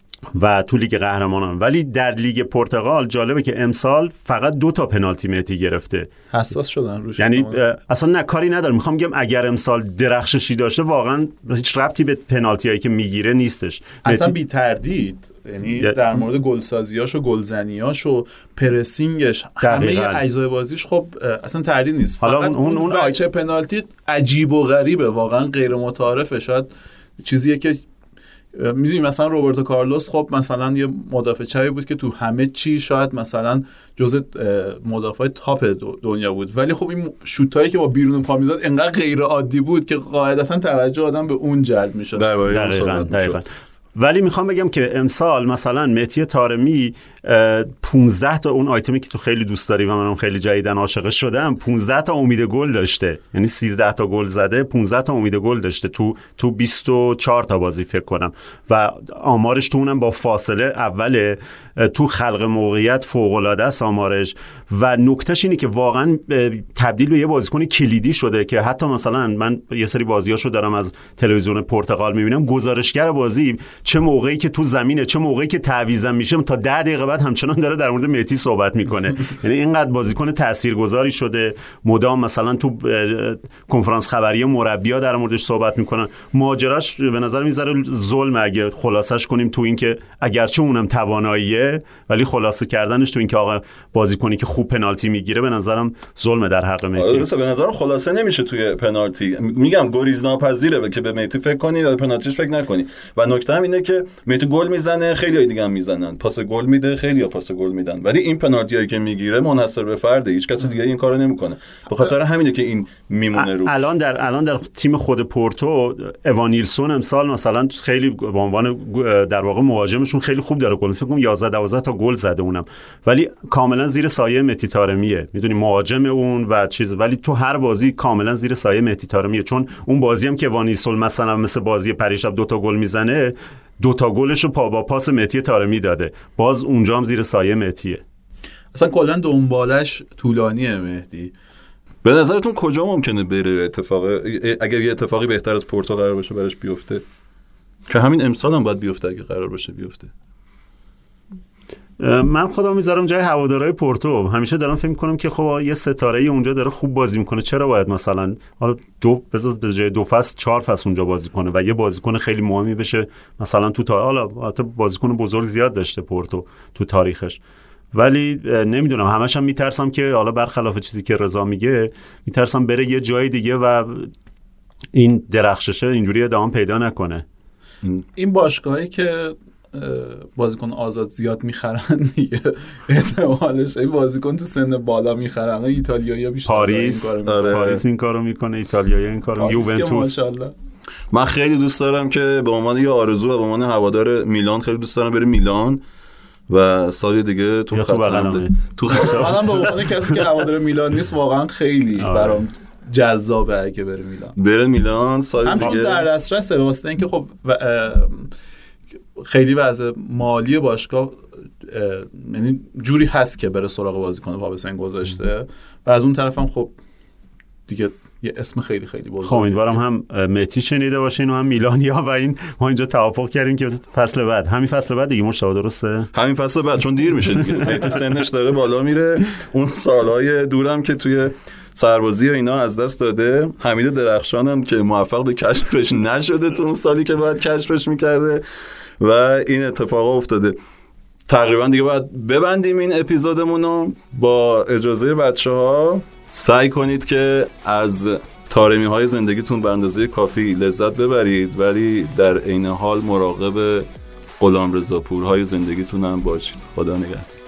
و تو لیگ قهرمانان، ولی در لیگ پرتغال جالبه که امسال فقط دو تا پنالتی مهدی گرفته،
حساس شدن روش.
یعنی اصلا نه کاری نداره. میخوام بگم اگر امسال درخششی داشته واقعا هیچ ربطی به پنالتیایی که میگیره نیستش
اصلا بی تردید. یعنی در مورد گلسازیاش و گلزنیاش و پرسینگش همه اجزای بازیش خب اصلا تردید نیست.
حالا اون اون,
اون وجه پنالتی عجیب و غریبه، واقعا غیر متعارفه. شاید چیزیه که میدونی مثلا روبرتو کارلوس خب مثلا یه مدافع چپی بود که تو همه چی شاید مثلا جزء مدافع تاپ دنیا بود، ولی خب این شوتایی که با بیرون پا میزد انقدر غیر عادی بود که قاعدتا توجه آدم به اون جلب میشد.
دقیقاً دقیقاً. ولی میخوام بگم که امسال مثلا مهدی طارمی پانزده تا اون آیتمی که تو خیلی دوست داری و منم خیلی جدیدن عاشقش شدم، پانزده تا امید گل داشته، یعنی سیزده تا گل زده، پانزده تا امید گل داشته تو تو بیست و چهار تا بازی فکر کنم و آمارش تو اونم با فاصله اوله، تو خلق موقعیت فوق العاده است آمارش. و نکتهش اینه که واقعا تبدیل به یه بازیکن کلیدی شده که حتی مثلا من یه سری بازیاشو دارم از تلویزیون پرتغال میبینم، گزارشگر بازی چه موقعی که تو زمینه چه موقعی که تعویض میشه تا ده دقیقه بعد همچنان داره در مورد مهدی صحبت میکنه. یعنی اینقدر بازیکن تاثیرگذاری شده، مدام مثلا تو کنفرانس خبری مربی‌ها در موردش صحبت میکنن. ماجراش به نظر میذاره ظلم اگه خلاصش کنیم تو این که اگرچه اونم تواناییه ولی خلاصه کردنش تو این که آقا بازیکنی که خوب پنالتی میگیره به نظرم ظلم در حق مهدی.
آره به نظرم خلاصه نمیشه توی پنالتی. میگم گریز ناپذیره که به مهدی فکر کنی و به پنالتیش فکر نکنی. و نکته هم اینه که مهدی گل میزنه، خیلی دیگه هم میزنن، پاس گل میده، خیلی ها پاس گل میدن، ولی این پنالتیایی که میگیره منحصر به فرده، هیچ کسی دیگه این کارو نمیکنه. به خاطر همینه که این میمونه رو.
الان در الان در تیم خود پورتو اوانیلسون امسال مثلا خیلی به عنوان در واقع مهاجمشون خیلی خوب داره گل، فکر کنم یازده دوازده تا گل زده اونم، ولی کاملا زیر سایه مهدی طارمیه. میدونی مهاجم اون و چیز، ولی تو هر بازی کاملا زیر سایه مهدی طارمیه. چون اون بازی هم که اوانیلسون مثلا مثل بازی پریشب دو تا گل میزنه، دو تا گلشو پا با پاس مهدی طارمی داده، باز اونجا هم زیر سایه مهدیه.
اصلا کلا دنبالش طولانیه مهدی.
به نظرتون کجا ممکنه بره اتفاق، اگر یه اتفاقی بهتر از پورتو قرار باشه براش بیفته، که همین امسال هم باید بیفته اگه قرار باشه بیفته؟
من خودم میذارم جای هوادارهای پورتو. همیشه دارم فکر میکنم که خب یه ستاره‌ای اونجا داره خوب بازی میکنه، چرا باید مثلا حالا دو بذار به جای دو فصل چهار فصل اونجا بازی کنه و یه بازیکن خیلی مهمی بشه مثلا تو تا حالا حتی بازیکن بزرگ زیاد داشته پورتو تو تاریخش. ولی نمیدونم، همش هم میترسم که حالا برخلاف چیزی که رضا میگه، میترسم بره یه جای دیگه و این درخششه اینجوری ادامه پیدا نکنه.
این باشگاهی که بازیکن آزاد زیاد میخرن دیگه احتمالش این بازیکن تو سن بالا میخرن. ایتالیایی‌ها بیشتر
پاریس
این
کارو میکنه. پاریس این کارو میکنه، ایتالیایی این کارو، یوونتوس.
من خیلی دوست دارم که به عنوان یه آرزو و به عنوان هوادار میلان خیلی دوست دارم بره میلان و سال دیگه تو
خط بغلم
تو
منم به عنوان کسی که هوادار میلان نیست واقعا خیلی برام جذابه اگه بره میلان.
بره میلان سال دیگه
همون در دسترسه، واسه اینکه خب خیلی وضع مالی باشگاه یعنی جوری هست که بره سراغ بازیکن وابستگی گذاشته و از اون طرفم خب دیگه یه اسم خیلی خیلی بزرگه.
خب امیدوارم هم مهدی شنیده باشین و هم میلانیا و این ما اینجا توافق کردیم که فصل بعد، همین فصل بعد دیگه مشتاق درسته؟
همین فصل بعد، چون دیر میشه دیگه. مهدی سنش داره بالا میره، اون سالهای دورم که توی سربازی و اینا از دست داده. حمید درخشان هم که موفق به کشفش نشده تو اون سالی که باید کشفش میکرده و این اتفاق افتاده. تقریبا دیگه باید ببندیم این اپیزودمونو. با اجازه بچه‌ها سعی کنید که از طارمی های زندگیتون به اندازه کافی لذت ببرید، ولی در عین حال مراقب غلامرضاپورهای زندگیتون هم باشید. خدا نگهدار.